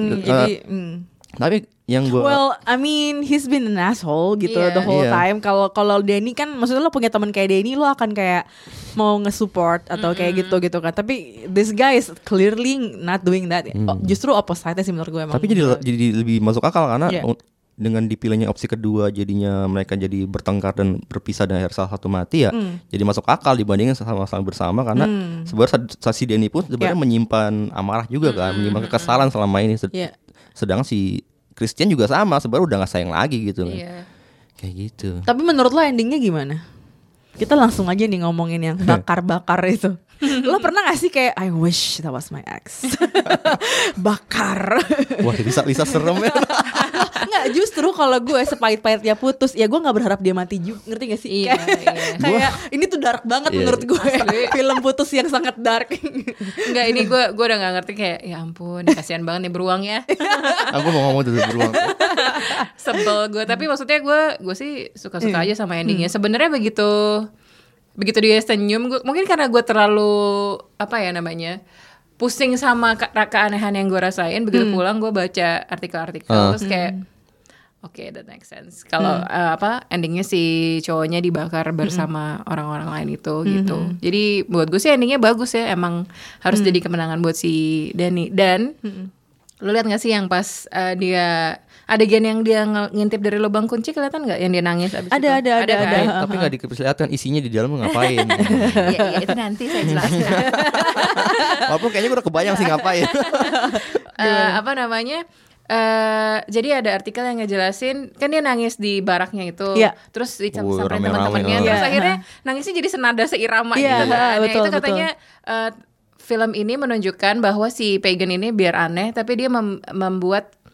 Tapi yang gue well, I mean he's been an asshole gitu the whole time. Kalau Danny kan, maksudnya lo punya teman kayak Danny, lo akan kayak mau nge-support atau kayak gitu kan. Tapi this guy is clearly not doing that. Justru opposite sih menurut gue emang. Tapi jadi lebih masuk akal karena dengan dipilihnya opsi kedua, jadinya mereka jadi bertengkar dan berpisah dan akhir salah satu mati ya. Jadi masuk akal dibandingin sama-sama bersama, karena sebenarnya si Danny pun sebenarnya menyimpan amarah juga kan, menyimpan kekesalan selama ini. Sedangkan si Christian juga sama, sebenarnya udah gak sayang lagi gitu kan. Kayak gitu. Tapi menurut lo endingnya gimana? Kita langsung aja nih ngomongin yang bakar-bakar itu. Lo pernah gak sih kayak I wish that was my ex? Bakar. Wah, bisa serem ya. Nggak, justru kalau gue sepahit-pahitnya putus, ya gue nggak berharap dia mati juga, ngerti gak sih? Iya. Kayak ini tuh dark banget menurut gue. Film putus yang sangat dark. Enggak, ini gue udah nggak ngerti, kayak ya ampun, kasihan banget nih beruang ya. Aku mau ngomong tuh beruang. Sebel gue, tapi maksudnya gue sih suka-suka aja sama endingnya. Sebenarnya begitu dia senyum, mungkin karena gue terlalu pusing sama keanehan yang gue rasain. Begitu pulang gue baca artikel-artikel terus kayak oke, that makes sense. Kalau endingnya si cowoknya dibakar bersama orang-orang lain itu gitu. Jadi buat gue sih endingnya bagus ya. Emang harus jadi kemenangan buat si Danny. Dan lu lihat nggak sih yang pas dia adegan yang dia ngintip dari lubang kunci, kelihatan nggak yang dia nangis abis itu? Ada. Kan? Tapi nggak diperlihatkan isinya di dalam ngapain. Ya, itu nanti saya jelaskan. Walaupun kayaknya gue udah kebayang sih ngapain. Jadi ada artikel yang ngejelasin, kan dia nangis di baraknya itu, terus disamperin rame-rame. teman-temannya, terus akhirnya nangisnya jadi senada seirama gitu kan. Betul, itu katanya film ini menunjukkan bahwa si Pagan ini biar aneh, tapi dia membuat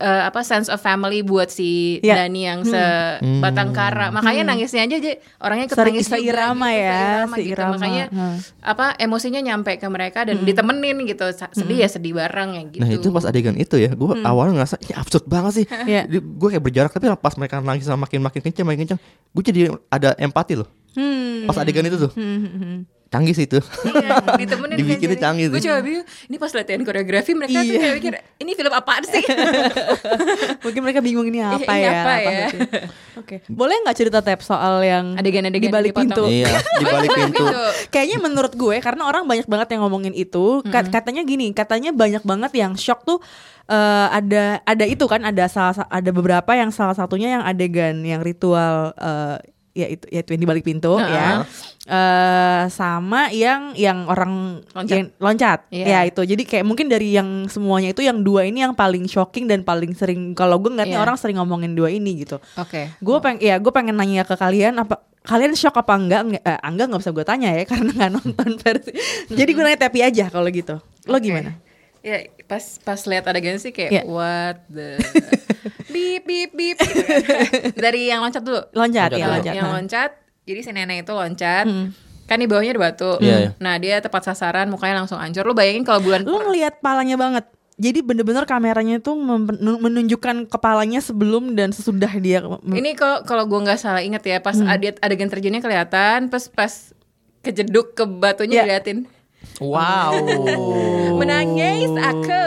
sense of family buat si Dani yang sebatang kara. Makanya nangisnya aja orangnya ikut nangis juga seirama gitu, ya, gitu. Makanya emosinya nyampe ke mereka dan ditemenin gitu. Sedih ya sedih bareng ya gitu. Nah itu pas adegan itu ya, gue awalnya ngerasa ini absurd banget sih. Gue kayak berjarak, tapi pas mereka nangis sama makin kencang, gue jadi ada empati loh. Pas adegan itu tuh. Canggih sih itu. Iya, ditemenin dibikinnya kan, canggih gue sih. coba bingung, ini pas latihan koreografi mereka tuh kayak mikir, ini film apaan sih? Mungkin mereka bingung ini apa Ini ya. apa ya? Oke. Boleh nggak cerita Tep soal yang Adegan-adegan di balik dipotong. pintu? Iya, di balik pintu. Kayaknya menurut gue, karena orang banyak banget yang ngomongin itu, katanya gini, katanya banyak banget yang shock tuh. Ada itu kan, ada beberapa yang salah satunya yang adegan yang ritual yaitu yang di balik pintu ya. Sama yang orang loncat. Ya itu. Jadi kayak mungkin dari yang semuanya itu yang dua ini yang paling shocking dan paling sering, kalau gue ngeliatnya orang sering ngomongin dua ini gitu. Oke. Gue pengen nanya ke kalian, apa kalian shock apa enggak? Enggak bisa gue tanya ya karena nggak nonton versi. Jadi gue nanya Tepi aja kalau gitu. Lo gimana? Ya pas lihat adegan sih kayak what the beep beep beep gitu kan. Dari yang loncat dulu. Loncat. Yang loncat. Jadi si nenek itu loncat. Kan di bawahnya ada batu. Nah dia tepat sasaran, mukanya langsung hancur. Lu bayangin kalau bulan. Lu ngelihat palanya banget. Jadi bener-bener kameranya tuh menunjukkan kepalanya sebelum dan sesudah dia. Ini kalau gue nggak salah inget ya, pas adegan terjunnya kelihatan, pas kejeduk ke batunya diliatin. Wow. Menangis aku.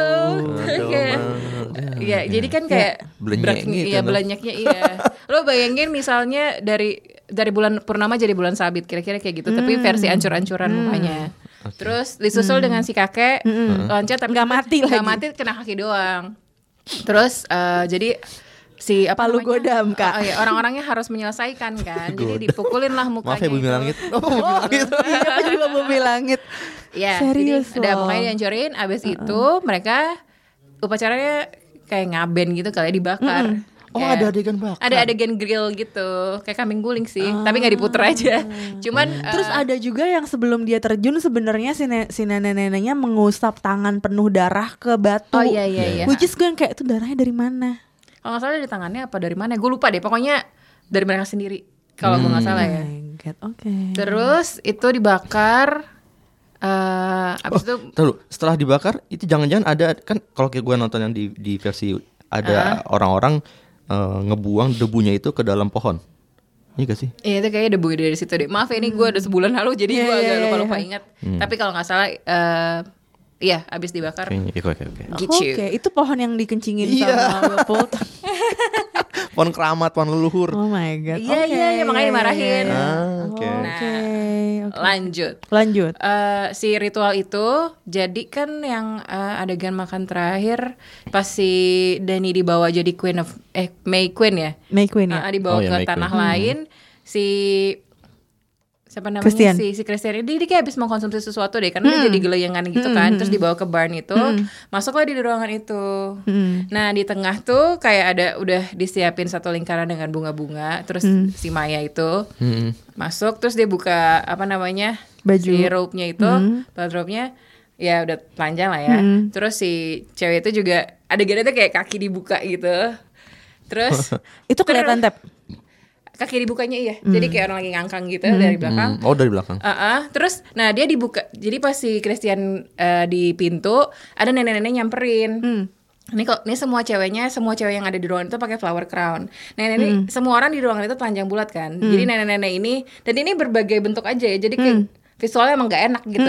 Ya, jadi kan kayak belenyek gitu. Iya, belenyeknya iya. Lo bayangin misalnya dari bulan purnama jadi bulan sabit, kira-kira kayak gitu, tapi versi ancur-ancuran mukanya. Terus disusul dengan si kakek loncat tapi nggak mati nggak lagi. mati, kena kaki doang. Terus jadi si Palu godam, Kak. Orang-orangnya harus menyelesaikan kan. Jadi dipukulin lah mukanya. Maaf ya Bumi Langit. Iya, juga Bumi Langit. Ya, serius jadi pokoknya dihancurin. Abis itu mereka upacaranya kayak ngaben gitu kali ya, dibakar. Ada adegan bakar. Ada adegan grill gitu, kayak kambing guling sih, tapi nggak diputer aja. Cuman terus ada juga yang sebelum dia terjun sebenarnya si nenek-neneknya mengusap tangan penuh darah ke batu. Oh iya. Which is gue yang kayak itu darahnya dari mana? Kalau nggak salah dari tangannya apa dari mana? Gue lupa deh. Pokoknya dari mereka sendiri. Kalau gue nggak salah ya. Oke. Terus itu dibakar. Abis itu setelah dibakar itu jangan-jangan ada kan, kalau kayak gue nonton yang di versi ada orang-orang ngebuang debunya itu ke dalam pohon. Iya gak sih? Iya itu kayaknya debu dari situ deh. Maaf ini gue udah sebulan lalu jadi gue agak lupa-lupa ingat. Tapi kalau nggak salah iya abis dibakar. Oke, itu pohon yang dikencingin sama Leopold. Pohon keramat, pohon leluhur. Oh my god. Iya makanya dimarahin. Oke. Lanjut. Si ritual itu jadi kan yang adegan makan terakhir pas si Dani dibawa jadi May Queen ya. Dibawa ke tanah lain. Si siapa namanya Christian. si Christian ini dia kayak habis mengkonsumsi sesuatu deh karena dia jadi geleyengan gitu kan, terus dibawa ke barn itu, masuklah di ruangan itu. Nah di tengah tuh kayak udah disiapin satu lingkaran dengan bunga-bunga, terus si Maya itu masuk, terus dia buka baju si rope-nya itu, rope-nya ya udah telanjang lah ya. Terus si cewek itu juga adegannya tuh kayak kaki dibuka gitu. Terus itu kelihatan Tep. Kaki dibukanya iya, jadi kayak orang lagi ngangkang gitu dari belakang. Oh dari belakang. Terus, nah dia dibuka. Jadi pas si Christian di pintu, ada nenek-nenek nyamperin. Ini semua cewek yang ada di ruangan itu pakai flower crown. Nenek-nenek semua orang di ruangan itu telanjang bulat kan. Jadi nenek-nenek ini, dan ini berbagai bentuk aja ya. Jadi kayak visualnya emang gak enak gitu.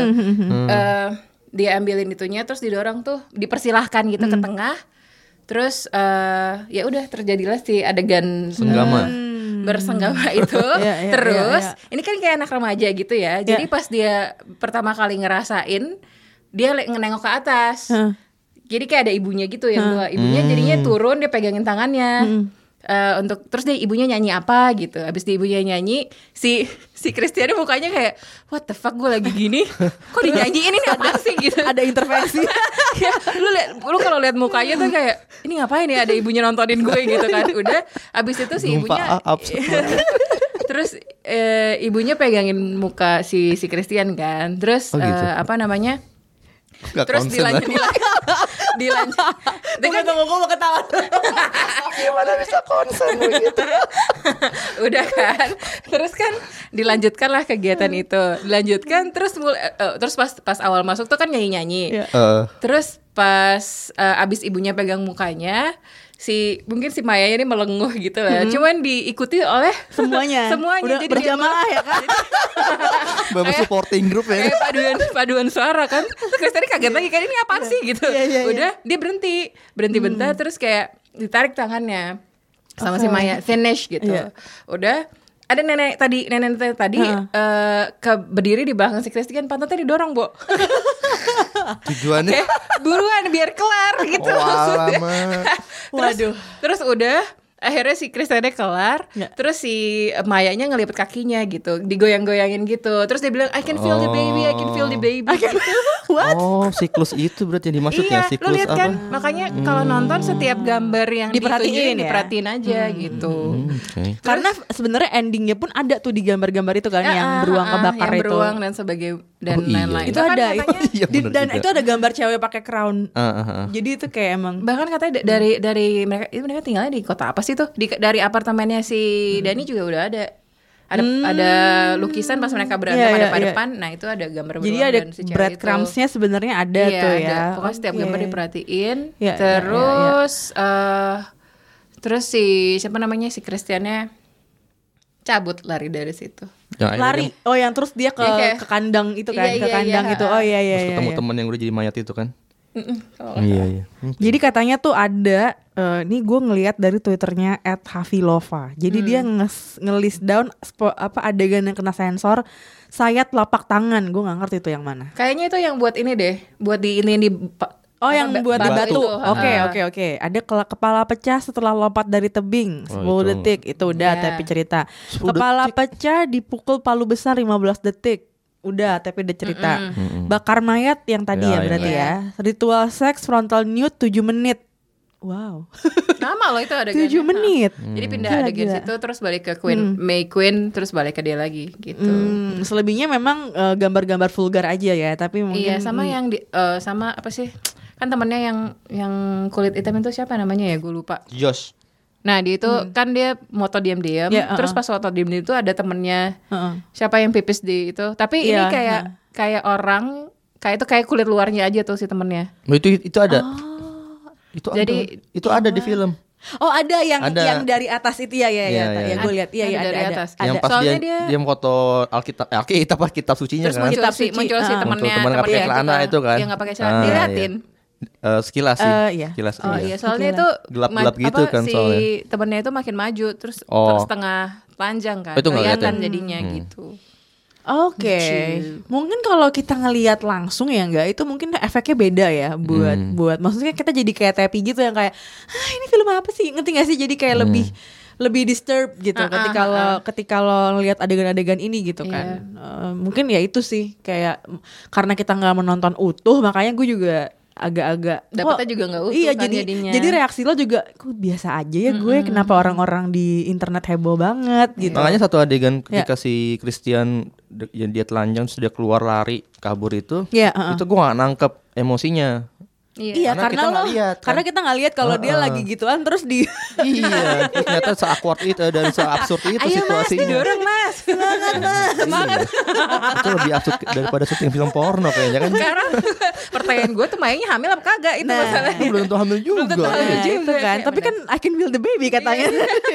Dia ambilin itunya, terus didorong tuh, dipersilahkan gitu ke tengah. Terus ya udah terjadilah si adegan bersenggama itu. Terus ini kan kayak anak remaja gitu ya. Jadi pas dia pertama kali ngerasain, dia nengok ke atas. Jadi kayak ada ibunya gitu yang tua. Ibunya jadinya turun, dia pegangin tangannya. Terus dia ibunya nyanyi apa gitu. Abis dia ibunya nyanyi, si Christian mukanya kayak what the fuck, gue lagi gini kok dinyanyiin, ini apa sih gitu. Ada intervensi. Ya, lu kalau lihat mukanya tuh kayak ini ngapain ya, ada ibunya nontonin gue gitu kan. Udah abis itu si ibunya terus ibunya pegangin muka si Christian kan. Terus Nggak Terus konsen lah. dilanjut. Tunggu gue mau ketawa. Gimana bisa konsen begitu? Udah kan, terus kan dilanjutkan lah kegiatan itu, dilanjutkan terus terus pas awal masuk tuh kan nyanyi terus pas abis ibunya pegang mukanya, mungkin si Mayanya ini melenguh gitu lah, cuman diikuti oleh Semuanya udah jadi berjamaah ya kan. Bapak supporting group ya. kayak paduan suara kan. Terus Kristen kaget lagi, kayak ini apaan sih gitu. Udah dia berhenti bentar, terus kayak ditarik tangannya sama si Maya, finish gitu. Udah ada nenek tadi berdiri di belakang si Kristi kan, pantatnya didorong, Bo. Tujuannya Buruan biar kelar gitu maksudnya. Waduh. Terus udah akhirnya si Kristiannya kelar, terus si Mayanya ngelipet kakinya gitu, digoyang-goyangin gitu. Terus dia bilang I can feel the baby, I can feel the baby gitu. What? Oh, siklus itu berarti yang dimaksudnya. Iya, Siklus lu lihat apa? kan, makanya kalau nonton setiap gambar yang Diperhatiin ya? diperhatiin aja gitu. Oke. Karena sebenarnya endingnya pun ada tuh di gambar-gambar itu kan, yang beruang kebakar yang itu. beruang dan dan iya. lain-lain. Itu ada katanya, Iya, bener dan juga. itu ada gambar cewek pakai crown. Jadi itu kayak emang bahkan katanya dari mereka tinggalnya di kota apa sih tuh? Dari apartemennya si Dani juga udah ada. Ada lukisan pas mereka berantem Iya, pada iya. depan. Nah, itu ada gambar jadi beruang ada dan si cewek breadcrumbs-nya sebenarnya ada Iya, tuh ada. ya. Pokoknya setiap Oke. gambar diperhatiin. Iya, Terus si siapa namanya, si Kristiannya cabut lari dari situ. Yang akhirnya Lari. dia Oh, yang terus dia ke Iya, kayak- ke kandang itu kan, Iya, ke iya, kandang iya. itu. Oh iya iya terus iya. ketemu iya. teman yang udah jadi mayat itu kan. Kalau Iya. Jadi katanya tuh ada, ini gue ngelihat dari Twitternya @hafilova. Jadi dia nge-list down adegan yang kena sensor, sayat telapak tangan. Gue nggak ngerti itu yang mana. kayaknya itu yang buat ini deh, buat di ini di Oh, yang buat di batu. itu. Oke. Ada kepala pecah setelah lompat dari tebing 10 itu. detik. Itu udah Ya. tapi cerita. 10 Kepala detik. pecah dipukul palu besar 15 detik. Udah, tapi udah cerita. Bakar mayat yang tadi Ya, ya berarti ya. ya. Ritual seks frontal nude 7 menit. Wow. Lama loh itu adegannya. 7 menit. Jadi pindah Gila, adegan gila. situ terus balik ke May Queen terus balik ke dia lagi gitu. Selebihnya memang gambar-gambar vulgar aja ya, tapi mungkin Iya, sama yang sama apa sih? Kan temennya yang kulit hitam itu siapa namanya ya? Gue lupa. Josh. Nah, dia itu kan dia moto diam-diam, Ya, terus pas foto diam-diam itu ada temennya. Heeh. Siapa yang pipis di itu? Tapi ini Iya, kayak orang kayak kulit luarnya aja tuh si temennya. Oh, itu ada. Itu Jadi- ada. Itu ada di film. Oh, ada yang Ada. dari atas itu ya Iya, iya. gue lihat. Iya, Ada ada dari atas. Ada. Yang pas Soalnya dia dia- foto Alkitab kitab sucinya Terus kan. Kitab suci. muncul si Ah. temennya, Temen nggak pakai celana itu kan. Yang nggak pakai celana, Ah, diliatin. iya. Sekilas sih. Iya. Sekilas. Oh iya, soalnya Gila. itu Gelap-gelap gitu kan si soalnya. temennya itu makin maju terus Oh. setengah telanjang kan. Oh, itu nggak kelihatan kelihatan. jadinya gitu. Oke, mungkin kalau kita ngelihat langsung ya enggak, itu mungkin efeknya beda ya buat maksudnya kita jadi kayak tepi gitu yang kayak, ini film apa sih? Ngerti gak sih? Jadi kayak lebih disturb gitu ketika lo ngelihat adegan-adegan ini gitu kan. Mungkin ya itu sih kayak karena kita nggak menonton utuh, makanya gue juga agak-agak Dapetnya kok- juga nggak utuh iya, kan jadinya. jadi reaksi lo juga kok biasa aja ya gue, kenapa orang-orang di internet heboh banget gitu. Makanya satu adegan ketika si Christian yang dia telanjang terus dia keluar lari kabur itu, Iya, itu gue gak nangkep emosinya. Iya, Karena karena kita nggak lo lihat, kan? karena kita nggak lihat kalau dia lagi gituan terus di Iya, terus ternyata se-awkward itu dan se-absurd itu Ayo mas, situasinya. didorong mas. Semangat. Itu lebih absurd daripada syuting film porno kayaknya kan. Sekarang pertanyaan gue tuh Mayanya hamil apa kagak, itu masalahnya. Belum tentu hamil juga. tentu hamil. Iya. Nah, itu kan. Tapi kan I can feel the baby katanya.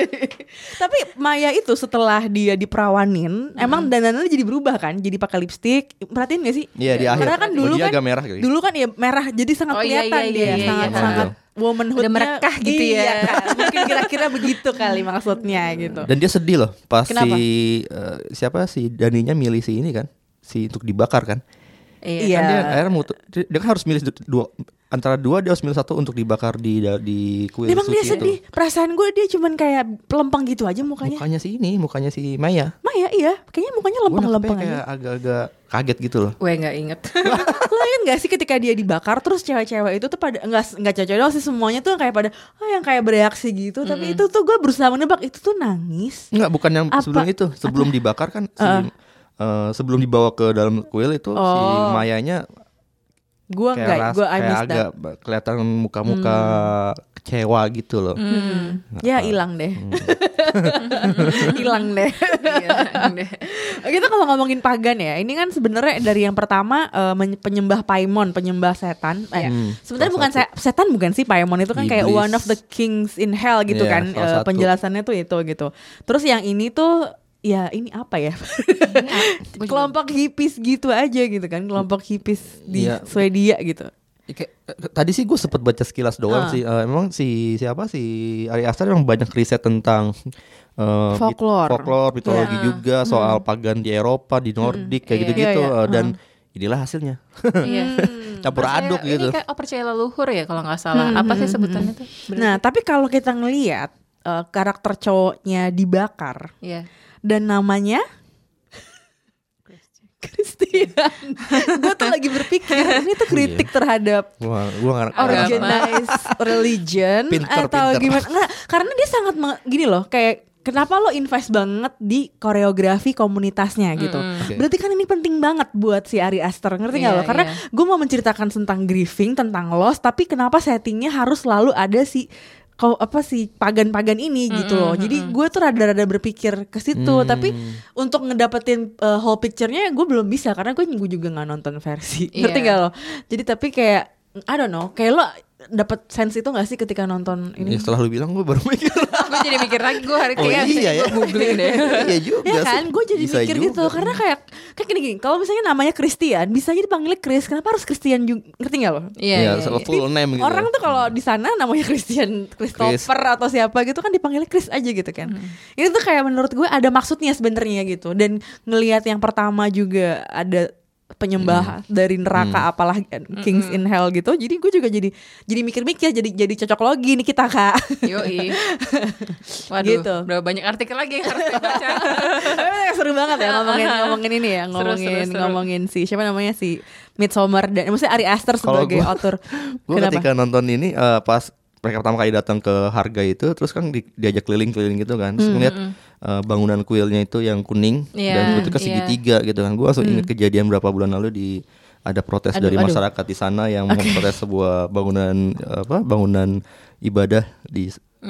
Tapi Maya itu setelah dia diperawanin, emang dandanannya jadi berubah kan? Jadi pakai lipstick. Perhatiin gak sih? Iya, di akhir. Karena kan dulu Dia kan agak merah kali. Dulu kan ya merah, jadi sangat Oh, iya, kelihatan iya, dia, iya, iya, sangat womanhood-nya. Udah merekah gitu ya. Iya, kan? Mungkin kira-kira begitu kali maksudnya gitu. Dan dia sedih loh pas Kenapa? siapa si Daninya milih si ini kan, si untuk dibakar kan. Iya. Kan dia akhirnya dia kan harus milih antara dua, dia harus milih satu untuk dibakar di kuil Emang suci dia sedih. itu. Perasaan gue dia cuman kayak pelempeng gitu aja mukanya. Mukanya si Maya. Maya iya, kayaknya mukanya Gue lempeng-lempeng aja. kayak agak-agak kaget gitu loh. Gue nggak inget. Lo inget gak sih ketika dia dibakar terus cewek-cewek itu tuh pada nggak cewek doang sih, semuanya tuh kayak pada yang kayak bereaksi gitu. Tapi itu tuh gue berusaha menebak itu tuh nangis. Enggak, bukan yang Apa? sebelum itu. Sebelum dibakar kan sebelum dibawa ke dalam kuil itu si Mayanya Gue enggak, gue I kayak miss agak that. kelihatan muka-muka kecewa gitu loh. Ya hilang deh. Hilang deh. Iya, deh. Kita kalau ngomongin pagan ya, ini kan sebenarnya dari yang pertama penyembah Paimon, penyembah setan. Sebenarnya bukan setan bukan sih Paimon itu kan kayak Iblis. one of the kings in hell gitu Iya, kan. salah satu. Penjelasannya tuh itu gitu. Terus yang ini tuh ya ini apa ya? Kelompok hippies gitu aja gitu kan, kelompok hippies di Iya. Swedia gitu. Tadi sih gue sempet baca sekilas doang sih. Emang si Ari Aster emang banyak riset tentang Folklore. mitologi juga soal pagan di Eropa, di Nordik kayak gitu-gitu. Iya, iya. Dan inilah hasilnya. Iya. Campur aduk Ini gitu. kayak percaya leluhur ya kalau nggak salah. Apa sih sebutannya tuh? Nah, tapi kalau kita ngelihat karakter cowoknya dibakar Iya. dan namanya Christian. Gue tuh lagi berpikir ini tuh kritik terhadap Gua nggak organized religion Pinter. gimana? Nggak, karena dia sangat gini loh, kayak kenapa lo invest banget di koreografi komunitasnya gitu. Oke. Berarti kan ini penting banget buat si Ari Aster, ngerti nggak Iya, lo? Karena iya. gue mau menceritakan tentang grieving, tentang loss, tapi kenapa settingnya harus selalu ada si pagan-pagan ini gitu loh. Jadi gue tuh rada-rada berpikir ke situ, tapi untuk ngedapetin whole picture-nya gue belum bisa karena gue juga nggak nonton versi. Iya. Ngerti nggak lo? Jadi tapi kayak I don't know, kayak lo dapet sense itu nggak sih ketika nonton Ya, ini? setelah lu bilang gue baru mikir. Gue jadi mikir lagi, gue hari Oh kayak iya ya. gue googling deh. Iya juga Ya sih. kan, gue jadi Bisa mikir juga. gitu karena kayak gini, kalau misalnya namanya Christian, bisa aja dipanggilnya Chris. Kenapa harus Christian juga? Ngerti nggak lo? Iya. Ya, Iya, iya. full name gitu. Orang tuh kalau di sana namanya Christian Christopher atau siapa gitu kan dipanggilnya Chris aja gitu kan. Ini tuh kayak menurut gue ada maksudnya sebenarnya gitu. Dan ngelihat yang pertama juga ada penyembah dari neraka apalah Kings in Hell gitu. Jadi gue juga jadi mikir-mikir, jadi cocok logi nih kita Kak. Yoi. Waduh, Gitu. berapa banyak artikel lagi yang harus dibaca. Seru banget ya ngomongin ini ya, Seru. ngomongin si siapa namanya si Midsommar dan maksudnya Ari Aster Kalau sebagai gua- author. Gue Kenapa? ketika nonton ini pas mereka pertama kali datang ke Harga itu, terus kan diajak keliling-keliling gitu kan, terus ngeliat bangunan kuilnya itu yang kuning Iya, dan bentuknya iya. segitiga gitu kan. Gue langsung inget kejadian berapa bulan lalu ada protes dari Aduh. masyarakat di sana yang memprotes sebuah bangunan ibadah di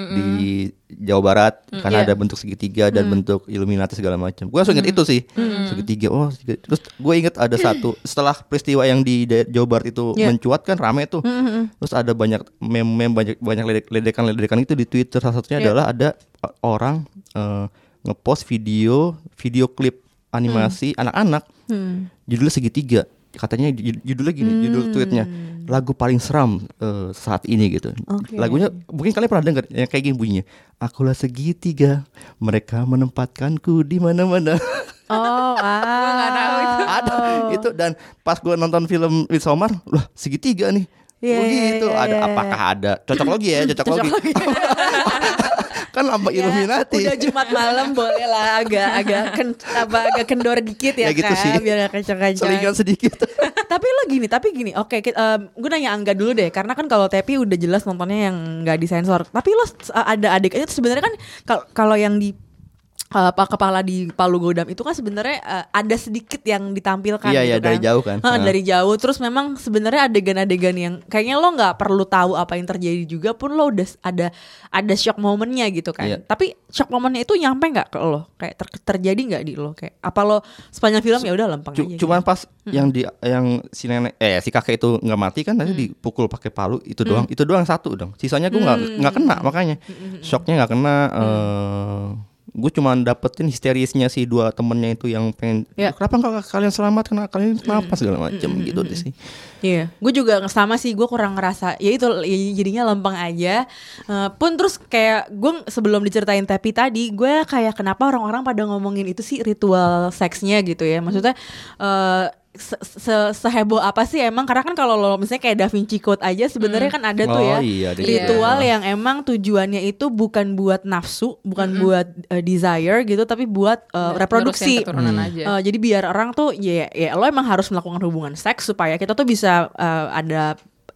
Jawa Barat karena iya. ada bentuk segitiga dan bentuk Illuminati segala macam. Gue langsung inget itu sih segitiga. Terus gue inget ada satu setelah peristiwa yang di Jawa Barat itu Iya. mencuat kan rame tuh. Terus ada banyak meme banyak ledekan itu di Twitter. Salah satunya adalah ada orang ngepost video klip animasi anak-anak judulnya segitiga. Katanya judulnya gini, judul tweetnya lagu paling seram saat ini gitu. Oke. Lagunya mungkin kalian pernah dengar yang kayak gini bunyinya. Akulah segitiga, mereka menempatkanku di mana-mana. Oh, nggak tahu itu. Ada itu, dan pas gue nonton film Midsommar, lah segitiga nih. Iya, Begitu iya, ada iya. apakah ada cocok logi ya, cocok logi. Kan lambang Ya, Illuminati. udah Jumat malam boleh lah agak kendor dikit ya, Ya gitu Kak, sih. biar gak kenceng-kenceng. Selingan sedikit. Tapi gini, oke, gue nanya Angga dulu deh, karena kan kalau Tepi udah jelas nontonnya yang nggak disensor. Tapi lo ada adegannya tuh sebenarnya kan kalau yang di kepala di Palu Godam itu kan sebenarnya ada sedikit yang ditampilkan Iya, gitu iya, kan. dari jauh kan. Dari jauh. Terus memang sebenarnya adegan-adegan yang kayaknya lo nggak perlu tahu apa yang terjadi juga pun lo udah ada shock momennya gitu kan. Iya. Tapi shock momennya itu nyampe nggak ke lo? Kayak terjadi nggak di lo? Kayak apa lo sepanjang film ya udah lempeng aja. Cuman pas yang si nenek si kakek itu nggak mati kan, nanti dipukul pakai palu itu doang. Itu doang satu dong. Sisanya gue nggak kena, makanya shocknya nggak kena. Gue cuma dapetin histerisnya si dua temennya itu yang pengen kenapa nggak kalian selamat, kenapa segala macam gitu deh sih. Iya, gue juga sama sih, gue kurang ngerasa, ya itu jadinya lempeng aja. Pun terus kayak gue sebelum diceritain Tepi tadi, gue kayak kenapa orang-orang pada ngomongin itu sih ritual seksnya gitu ya, maksudnya seheboh apa sih emang, karena kan kalau lo misalnya kayak Da Vinci Code aja sebenarnya kan ada tuh ya Iya, ada ritual juga. yang emang tujuannya itu bukan buat nafsu, bukan buat desire gitu, tapi buat reproduksi. Nerusin keturunan aja. Jadi biar orang tuh ya lo emang harus melakukan hubungan seks supaya kita tuh bisa ada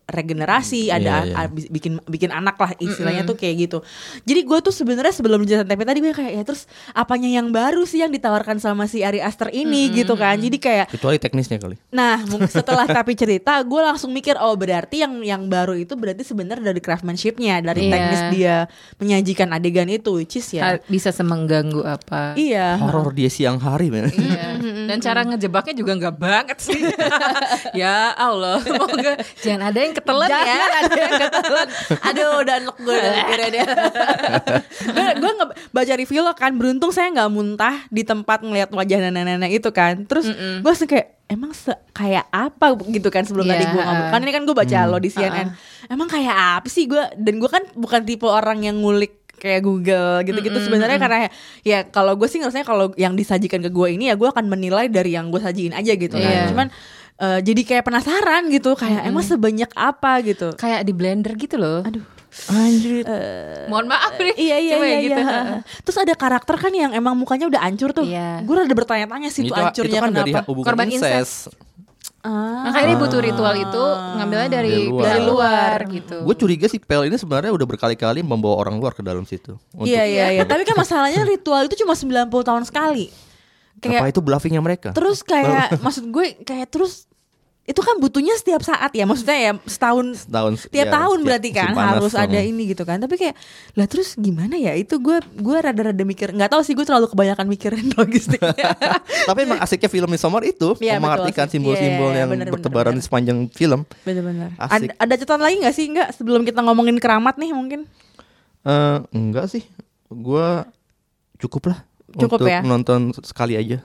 regenerasi, ada Iya. bikin anak lah istilahnya tuh kayak gitu. Jadi gue tuh sebenarnya sebelum Jelasan Tempe tadi gue kayak ya terus apanya yang baru sih yang ditawarkan sama si Ari Aster ini gitu kan. Jadi kayak Kecuali teknisnya kali. nah setelah Tapi Cerita gue langsung mikir oh berarti yang baru itu berarti sebenarnya dari craftsmanship-nya, dari Iya. teknis dia menyajikan adegan itu, which is ya Bisa semengganggu apa. iya. Horor dia siang hari, men. Iya. Dan cara ngejebaknya juga nggak banget sih. Ya Allah, semoga jangan ada yang ketelan ya. Jangan ada yang ketelan. Aduh udah enak gue udah mikirnya dia. Gue baca review lo kan, beruntung saya nggak muntah di tempat ngeliat wajah nenek-nenek itu kan. Terus gue langsung kayak emang kayak apa gitu kan sebelum Iya. tadi gue ngomong. Kan ini kan gue baca lo di CNN. Emang kayak apa sih gue? Dan gue kan bukan tipe orang yang ngulik kayak Google gitu-gitu sebenarnya karena ya kalau gue sih ngerasanya kalau yang disajikan ke gue ini ya gue akan menilai dari yang gue sajiin aja gitu kan. Iya. Cuman jadi kayak penasaran gitu kayak emang sebanyak apa gitu. Kayak di blender gitu loh. Aduh. Anjir. Mohon maaf nih. Iya Coba ya iya. gitu. Terus ada karakter kan yang emang mukanya udah hancur tuh. Iya. Gue rada bertanya-tanya sih tuh hancurnya kan dari kenapa. hubungan Korban incest. Makanya dia butuh ritual itu ngambilnya dari luar gitu. Gue curiga si Pel ini sebenarnya udah berkali-kali membawa orang luar ke dalam situ. Iya. Tapi kan masalahnya ritual itu cuma 90 tahun sekali. Apa itu bluffingnya mereka? Terus kayak maksud gue kayak terus itu kan butuhnya setiap saat ya, maksudnya ya setahun tiap ya, tahun setiap berarti kan musim panas, harus ada ini gitu kan. Tapi kayak lah terus gimana ya, itu gue rada-rada mikir, nggak tahu sih, gue terlalu kebanyakan mikirin logistiknya. Tapi emang asiknya film Midsommar itu Iya, mengartikan betul. simbol-simbol Iya, yang bener, bertebaran bener. di sepanjang film. Bener-bener. Asik. Ada catatan lagi nggak sih sebelum kita ngomongin keramat nih mungkin? Enggak sih, gue cukup lah. Cukup untuk ya? menonton sekali aja.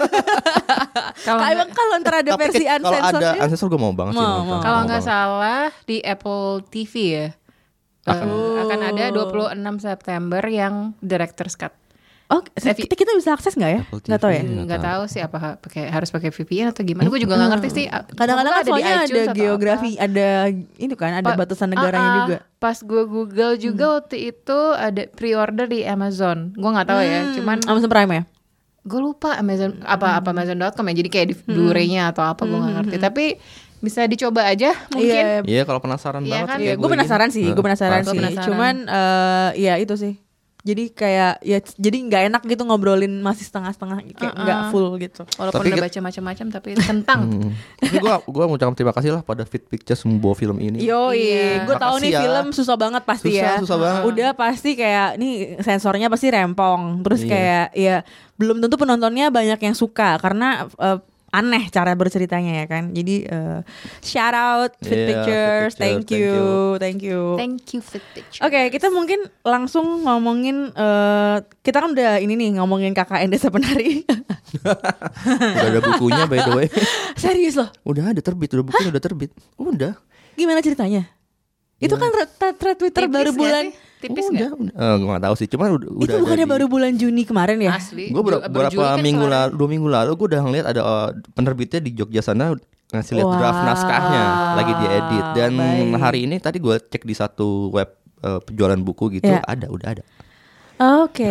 Kalau ntar ada versi kalau ada uncensored unsensor gue mau banget sih nonton. Kalau Mau nggak banget. salah di Apple TV ya. Akan ada 26 September yang Director's Cut. Oh, kita bisa akses nggak ya? Apple Nggak tahu ya. TV. Nggak tahu sih apa harus pakai VPN atau gimana. Gue juga nggak ngerti sih. Kadang-kadang kan Pokoknya soalnya di ada iTunes atau geografi, ada ini kan, ada batasan negaranya juga. Pas gue Google juga waktu itu ada pre-order di Amazon. Gue nggak tahu ya. Cuman Amazon Prime ya? gue lupa Amazon apa Amazon.com ya. Jadi kayak di Blu-ray-nya atau apa gue nggak ngerti. Tapi bisa dicoba aja mungkin. Iya, kalau penasaran Iya banget. kan? kayak Iya, gue penasaran sih, gue penasaran Gue sih. penasaran. Cuman ya itu sih. Jadi kayak ya jadi nggak enak gitu ngobrolin masih setengah-setengah kayak nggak full gitu. Walaupun Tapi udah baca macam-macam tapi kentang. Tapi gue mau ucapkan terima kasih lah pada Fit Pictures membawa film ini. Yoi, gue tahu nih Makasih ya. film susah banget pasti Susah banget. Udah pasti kayak nih sensornya pasti rempong. Terus Iya. kayak ya belum tentu penontonnya banyak yang suka karena aneh cara berceritanya ya kan. Jadi shout out Fit Iya, Pictures, Fit Pictures, thank you. Thank you Fit Pictures. Oke, kita mungkin langsung ngomongin kita kan udah ini nih ngomongin KKN Desa Penari. Udah ada bukunya by the way. Serius loh? Udah ada terbit, bukunya udah terbit. Udah. Gimana ceritanya? Itu kan thread Twitter Tipis baru nggak bulan. sih? Tipis udah. nggak? Gue gak tahu sih, cuman udah. Itu bukannya baru bulan Juni kemarin ya? Asli. Gue Baru beberapa Juli kan minggu keluar. lalu, 2 minggu lalu gue udah ngeliat ada penerbitnya di Jogja sana ngasih lihat draft Wah, naskahnya lagi diedit, dan baik. hari ini tadi gue cek di satu web penjualan buku gitu, Ya. udah ada. Oke.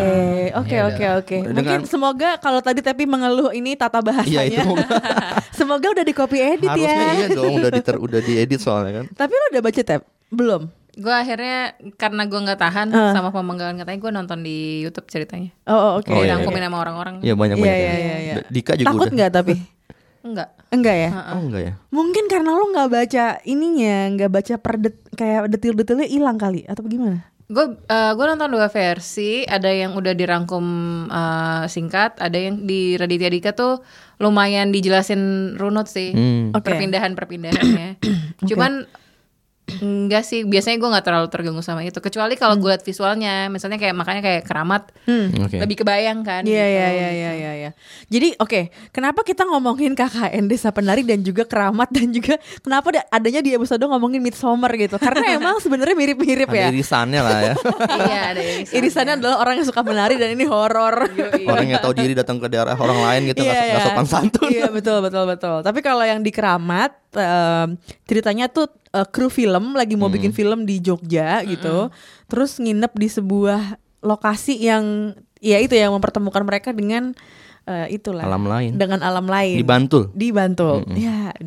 Mungkin semoga kalau tadi tapi mengeluh ini tata bahasanya. Iya, itu Semoga udah di copy edit harusnya ya. iya dong, udah diedit soalnya kan. Tapi lo udah baca tab? Belum. Gue akhirnya karena gue nggak tahan sama pemenggalan katanya, gue nonton di YouTube ceritanya. Oh, oke. Oh, iya. Dirangkumin sama orang-orang. Iya banyak. Iya. Dika juga Takut udah. nggak tapi? Enggak ya? Oh enggak ya. Mungkin karena lo nggak baca ininya, nggak baca kayak detil-detilnya hilang kali atau gimana? Gue nonton 2 versi, ada yang udah dirangkum singkat, ada yang di Raditya Dika tuh lumayan dijelasin runut sih. Oke. Perpindahannya. Cuman enggak sih, biasanya gue nggak terlalu terganggu sama itu, kecuali kalau gue liat visualnya, misalnya kayak makanya kayak Keramat Oke. lebih kebayang kan. Iya. Jadi oke, kenapa kita ngomongin KKN Desa Penari dan juga Keramat dan juga kenapa adanya di episode ngomongin Midsommar gitu? Karena emang sebenarnya mirip-mirip Ada ya. irisannya lah ya. Iya, ada irisannya. Irisannya adalah orang yang suka menari dan ini horor. Orang yang tahu diri datang ke daerah orang lain gitu, nggak sopan santun. Iya betul. Tapi kalau yang di Keramat ceritanya tuh kru film lagi mau bikin film di Jogja gitu, terus nginep di sebuah lokasi yang ya itu yang mempertemukan mereka dengan itulah Alam lain. dengan alam lain Di Bantul. Ya udah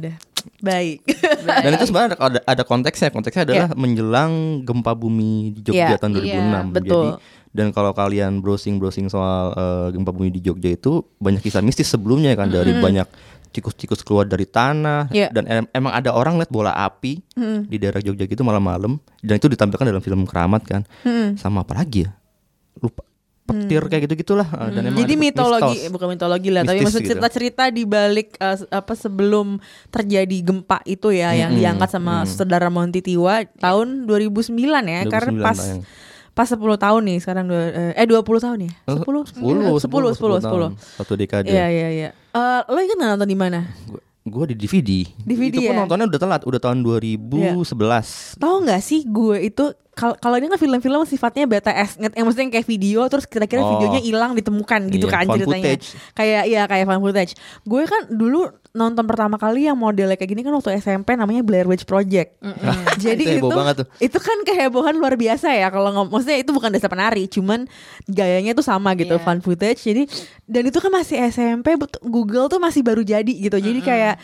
Baik. Dan itu sebenarnya ada konteksnya. Konteksnya adalah menjelang gempa bumi di Jogja tahun 2006. betul. Jadi dan kalau kalian browsing soal gempa bumi di Jogja itu banyak kisah mistis sebelumnya kan, dari banyak tikus-tikus keluar dari tanah dan emang ada orang lihat bola api di daerah Jogja gitu malam-malam, dan itu ditampilkan dalam film Keramat kan. Sama apa lagi ya? Lupa. Petir kayak gitu-gitulah. Dan emang jadi mitologi, mistos. bukan mitologi lah, tapi Mistis maksud gitu. cerita-cerita di balik sebelum terjadi gempa itu ya, yang diangkat sama saudara Monty Tiwa tahun 2009 ya, karena 2009 pas 10 tahun nih sekarang 20 tahun ya? 10 tahun. Satu dekade. Iya. Lo ingat nggak nonton di mana? Gue di DVD. Itu pun ya? nontonnya udah telat, udah tahun 2011. Tahu nggak sih gue itu kalau ini kan film-film sifatnya BTS, yang maksudnya kayak video terus kira-kira videonya hilang ditemukan gitu kan found ceritanya. footage. Kayak found footage. Gue kan dulu nonton pertama kali yang modelnya kayak gini kan waktu SMP, namanya Blair Witch Project. Jadi Itu heboh banget tuh. itu kan kehebohan luar biasa ya, kalau maksudnya itu bukan Desa Penari, cuman gayanya tuh sama gitu, found footage. Jadi dan itu kan masih SMP, Google tuh masih baru jadi gitu. Jadi kayak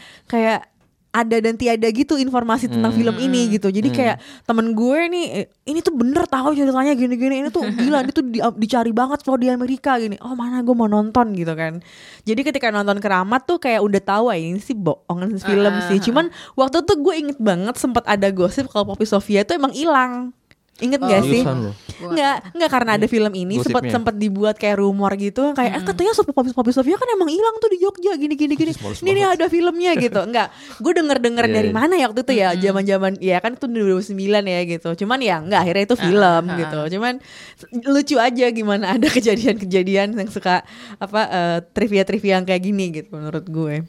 ada dan tiada gitu informasi tentang film ini gitu. Jadi kayak temen gue nih, ini tuh bener tahu ceritanya gini-gini, ini tuh gila, ini tuh dicari banget loh di Amerika gini. Oh mana gue mau nonton gitu kan. Jadi ketika nonton Keramat tuh kayak udah tahu ini sih bohongan film sih. Cuman waktu tuh gue inget banget sempat ada gosip kalau Poppy Sofia itu emang hilang. Ingat gak sih? Nggak karena ada film ini sempat dibuat kayak rumor gitu, kayak katanya Poppy Sofia kan emang hilang tuh di Jogja gini. Ini ada filmnya gitu. Enggak, gue denger dari mana ya waktu itu ya, zaman ya kan itu 2009 ya gitu. Cuman ya enggak, akhirnya itu film gitu. Cuman lucu aja gimana ada kejadian-kejadian yang suka trivia yang kayak gini gitu menurut gue.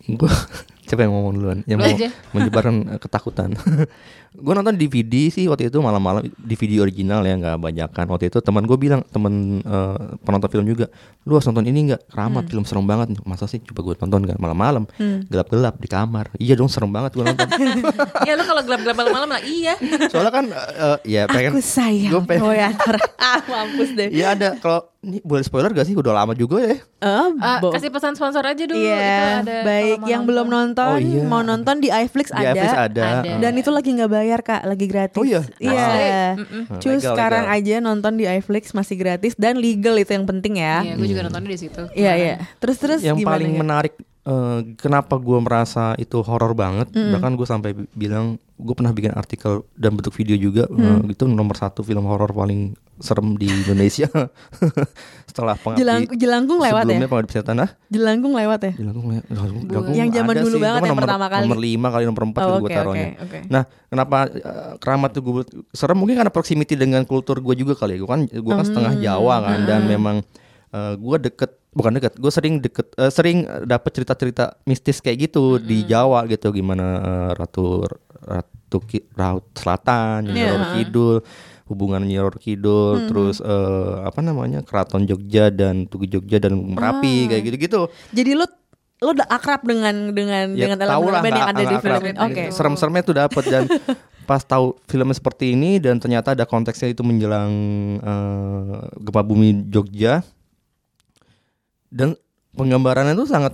Siapa yang ngomong duluan? Yang mau menyebarkan ketakutan. Gue nonton DVD sih waktu itu malam-malam, DVD original ya, nggak bajakan. Waktu itu teman gue bilang, penonton film juga, lu harus nonton ini nggak? Keramat, film serem banget. Masa sih, coba gue tonton kan malam-malam, gelap-gelap di kamar. Iya dong, serem banget gue nonton. Iya, lu kalau gelap-gelap malam-malam lah, iya. Soalnya kan ya pengen. Aku sayang mampus deh. Iya ada, kalau ini boleh spoiler gak sih? Udah lama juga ya. Kasih pesan sponsor aja dulu. Iya, ada, baik yang belum nonton, mau nonton di iFlix ada. Dan itu lagi nggak bayar Kak, lagi gratis. Oh iya. Iya. Cus Legal, sekarang aja nonton di iFlix, masih gratis dan legal, itu yang penting ya. Iya, gue juga nontonnya di situ. Iya. Terus yang gimana paling ya? menarik, kenapa gue merasa itu horor banget, bahkan gue sampai bilang gue pernah bikin artikel dan bentuk video juga, itu nomor 1 film horor paling serem di Indonesia. Setelah Pengabdi Jelangkung lewat ya? sebelumnya Pengabdi Setan. Jelangkung lewat ya? Jelangkung yang zaman ada dulu sih. banget, yang nomor, pertama kali. Nomor 5 kali nomor 4 gitu gue taruhnya. Okay. Nah, kenapa Keramat tuh gue serem? Mungkin karena proximity dengan kultur gue juga kali ya. Gue kan setengah Jawa kan, dan memang gue gue sering dapet cerita-cerita mistis kayak gitu di Jawa gitu, gimana Ratu Selatan, Roro Kidul, hubungan Roro Kidul, terus Keraton Jogja dan Tugu Jogja dan Merapi kayak gitu-gitu. Jadi lo udah akrab dengan elemen-elemen yang ada di film ini. Oke. Serem-seremnya tuh dapet, dan pas tahu filmnya seperti ini dan ternyata ada konteksnya itu menjelang gempa bumi Jogja. Dan penggambarannya tuh sangat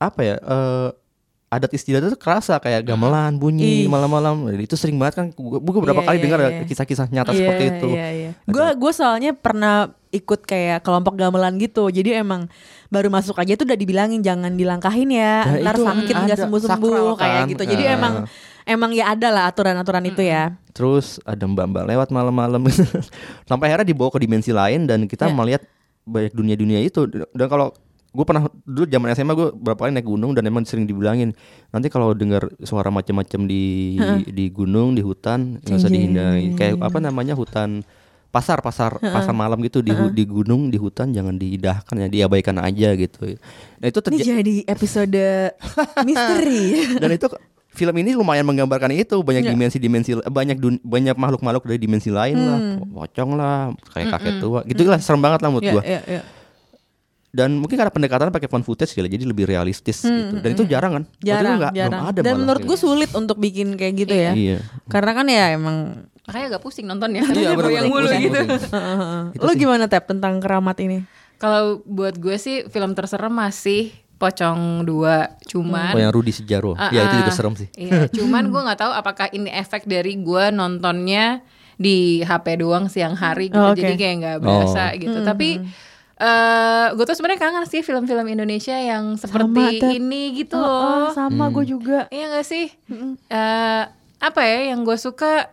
adat istiadat itu kerasa, kayak gamelan bunyi malam-malam. Itu sering banget kan, gue beberapa kali dengar kisah-kisah nyata seperti itu. Gue soalnya pernah ikut kayak kelompok gamelan gitu. Jadi emang baru masuk aja tuh udah dibilangin jangan dilangkahin ya, ntar sakit nggak sembuh-sembuh kayak gitu. Jadi emang ya ada lah aturan-aturan itu ya. Terus ada mbak-mbak lewat malam-malam sampai akhirnya dibawa ke dimensi lain, dan kita melihat banyak dunia-dunia itu. Dan kalau gue pernah dulu zaman SMA, gue berapa kali naik gunung, dan emang sering dibilangin nanti kalau dengar suara macam-macam di gunung, di hutan, nggak usah dihindari. Kayak hutan pasar malam gitu, di gunung, di hutan, jangan diindahkan ya, diabaikan aja gitu. Nah itu ini jadi episode misteri. Dan itu film ini lumayan menggambarkan itu, banyak dimensi-dimensi, banyak makhluk-makhluk dari dimensi lain lah, pocong lah, kayak kakek tua, gitulah, serem banget lah menurut gua. Dan mungkin karena pendekatan pakai found footage kali, jadi lebih realistis gitu. Dan itu jarang kan? Jarang. Belum ada. Dan menurut gue sulit untuk bikin kayak gitu ya. Iya. Karena kan ya emang makanya agak pusing nontonnya. Iya, yang mulu gitu. Lo gimana Tep tentang Keramat ini? Kalau buat gue sih film terserem masih Pocong 2, cuman yang Rudy Sejaro. Ya itu juga serem sih. Iya, cuman gue nggak tahu apakah ini efek dari gue nontonnya di HP doang siang hari gitu, jadi kayak nggak berasa gitu. Tapi gue tuh sebenarnya kangen sih film-film Indonesia yang seperti ini gitu loh. Sama gue juga. Iya nggak sih? Apa ya yang gue suka?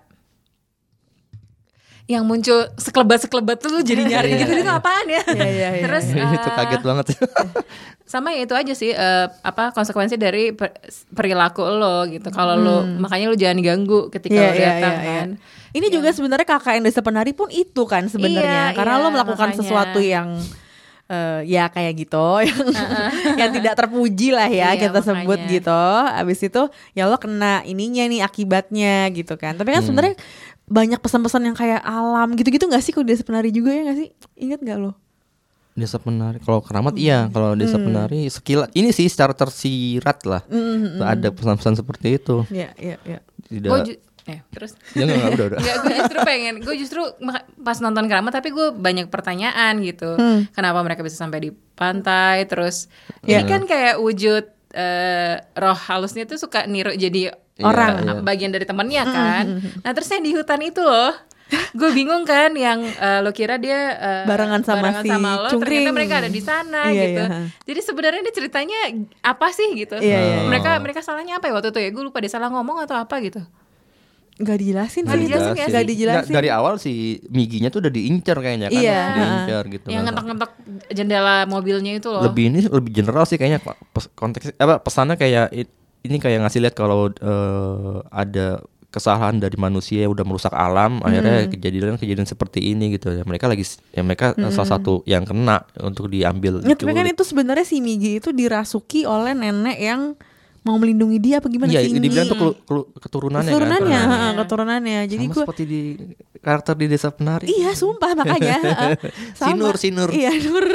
Yang muncul sekelebat tuh jadi nyari gitu itu apaan ya? Terus itu kaget banget sih. sama ya itu aja sih konsekuensi dari perilaku lo gitu. Kalau lo makanya lo jangan diganggu ketika lo datang kan. Ini juga sebenarnya KKN Desa Penari pun itu kan sebenarnya karena lo melakukan sesuatu yang ya kayak gitu yang tidak terpuji lah ya kita sebut gitu. Abis itu ya lo kena ininya nih akibatnya gitu kan. Tapi kan sebenarnya banyak pesan-pesan yang kayak alam gitu-gitu nggak sih kalau Desa Penari juga ya nggak sih? Ingat nggak lo? Desa Penari kalau Keramat iya, kalau Desa Penari sekilas ini sih secara tersirat lah ada pesan-pesan seperti itu. Iya. Tidak. Terus Ya udah. Gue justru pas nonton Keramat tapi gue banyak pertanyaan gitu. Kenapa mereka bisa sampai di pantai? Terus ini kan kayak wujud roh halusnya tuh suka niru jadi orang bagian dari temannya kan. Nah terus yang di hutan itu loh, gue bingung kan yang lo kira dia barengan sama lo, Cungkring. ternyata mereka ada di sana gitu. Jadi sebenarnya dia ceritanya apa sih gitu? Mereka salahnya apa ya waktu itu ya? Gue lupa dia salah ngomong atau apa gitu. Gak dijelasin sih. Gak dijelasin. Dari awal si Miginya tuh udah diincar kayaknya kan. Diincar gitu. Yang ngetok-ngetok jendela mobilnya itu loh. Lebih general sih kayaknya konteks pesannya kayak ini kayak ngasih lihat kalau ada kesalahan dari manusia yang udah merusak alam, akhirnya kejadian seperti ini gitu ya. Mereka salah satu yang kena untuk diambil. Tapi kan itu sebenarnya si Migi itu dirasuki oleh nenek yang mau melindungi dia apa gimana sih? Iya, dibilang tuh keturunannya. Keturunannya. Jadi sama seperti di karakter di Desa Penari. Iya, sumpah makanya. Sinur. Iya, Nur.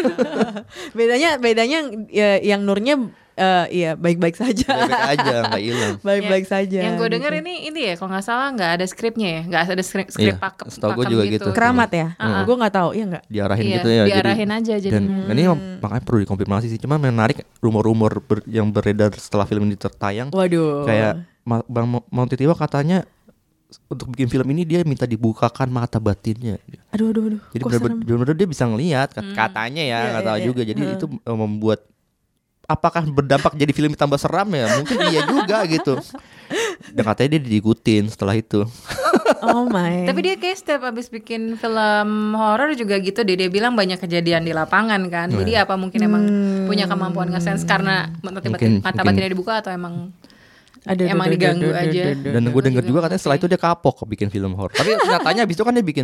bedanya yang Nurnya baik-baik saja. Baik-baik aja, nggak hilang. Baik-baik saja. Yang gue denger ini ya, kalau nggak salah nggak ada skripnya ya, nggak ada skrip pakem. Setahu gue juga gitu. Keramat ya. Gue nggak tahu, iya nggak. Diarahin gitu ya. Diarahin aja jadi. Dan ini makanya perlu dikonfirmasi sih. Cuma menarik rumor-rumor yang beredar setelah film ini tertayang. Waduh. Kayak Bang Montitiwa katanya untuk bikin film ini dia minta dibukakan mata batinnya. Aduh. Jadi benar-benar dia bisa ngelihat katanya ya, nggak tahu juga. Jadi itu membuat apakah berdampak jadi film tambah seram ya? Mungkin iya juga gitu. Dan katanya dia diikutin setelah itu. Oh my. Tapi dia kayak setiap abis bikin film horor juga gitu deh. Dia bilang banyak kejadian di lapangan kan. Jadi apa mungkin emang punya kemampuan nge-sense karena mata batinnya dibuka atau emang diganggu aja. Dan gue denger juga katanya setelah itu dia kapok bikin film horor. Tapi nyatanya abis itu kan dia bikin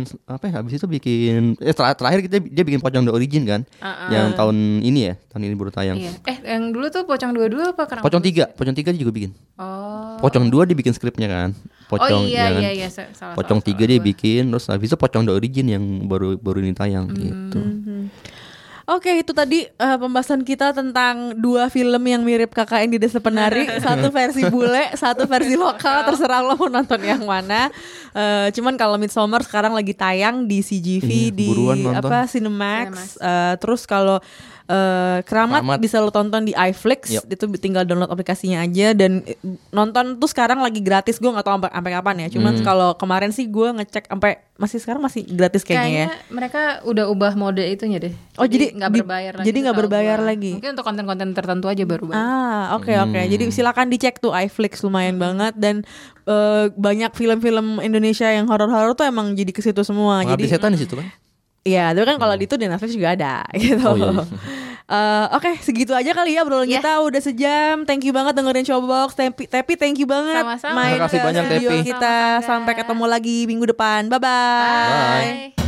terakhir dia bikin Pocong The Origin kan. Yang tahun ini baru tayang. Iya. Yang dulu tuh Pocong 2 apa Keramat? Pocong 3 dia juga bikin. Pocong 2 dia bikin skripnya kan. Pocong Pocong 3 dia bikin, terus habis itu Pocong The Origin yang baru ini tayang gitu. Oke, itu tadi pembahasan kita tentang 2 film yang mirip KKN di Desa Penari. Satu versi bule, satu versi lokal. Terserah lo mau nonton yang mana. Cuman kalau Midsommar sekarang lagi tayang di CGV, di Cinemax. Terus kalau Keramat bisa lo tonton di iFlix. Itu tinggal download aplikasinya aja dan nonton tuh sekarang lagi gratis. Gue nggak tahu sampai kapan ya. Cuman kalau kemarin sih gue ngecek sampai sekarang masih gratis kayaknya ya. Mereka udah ubah mode itunya deh. Oh jadi nggak berbayar lagi. Jadi nggak berbayar lagi. Mungkin untuk konten-konten tertentu aja baru bayar. Oke. Jadi silakan dicek tuh iFlix, lumayan banget dan banyak film-film Indonesia yang horor-horor tuh emang jadi ke situ semua. Jadi setan di situ kan? Iya, tapi kan kalau itu di Netflix juga ada gitu. Oke, segitu aja kali ya obrolan kita udah sejam. Thank you banget dengerin Showbox. Tepi thank you banget. Sama-sama. Main Terima kasih banyak studio Tepi. kita. Sampai ketemu lagi minggu depan. Bye-bye. Bye.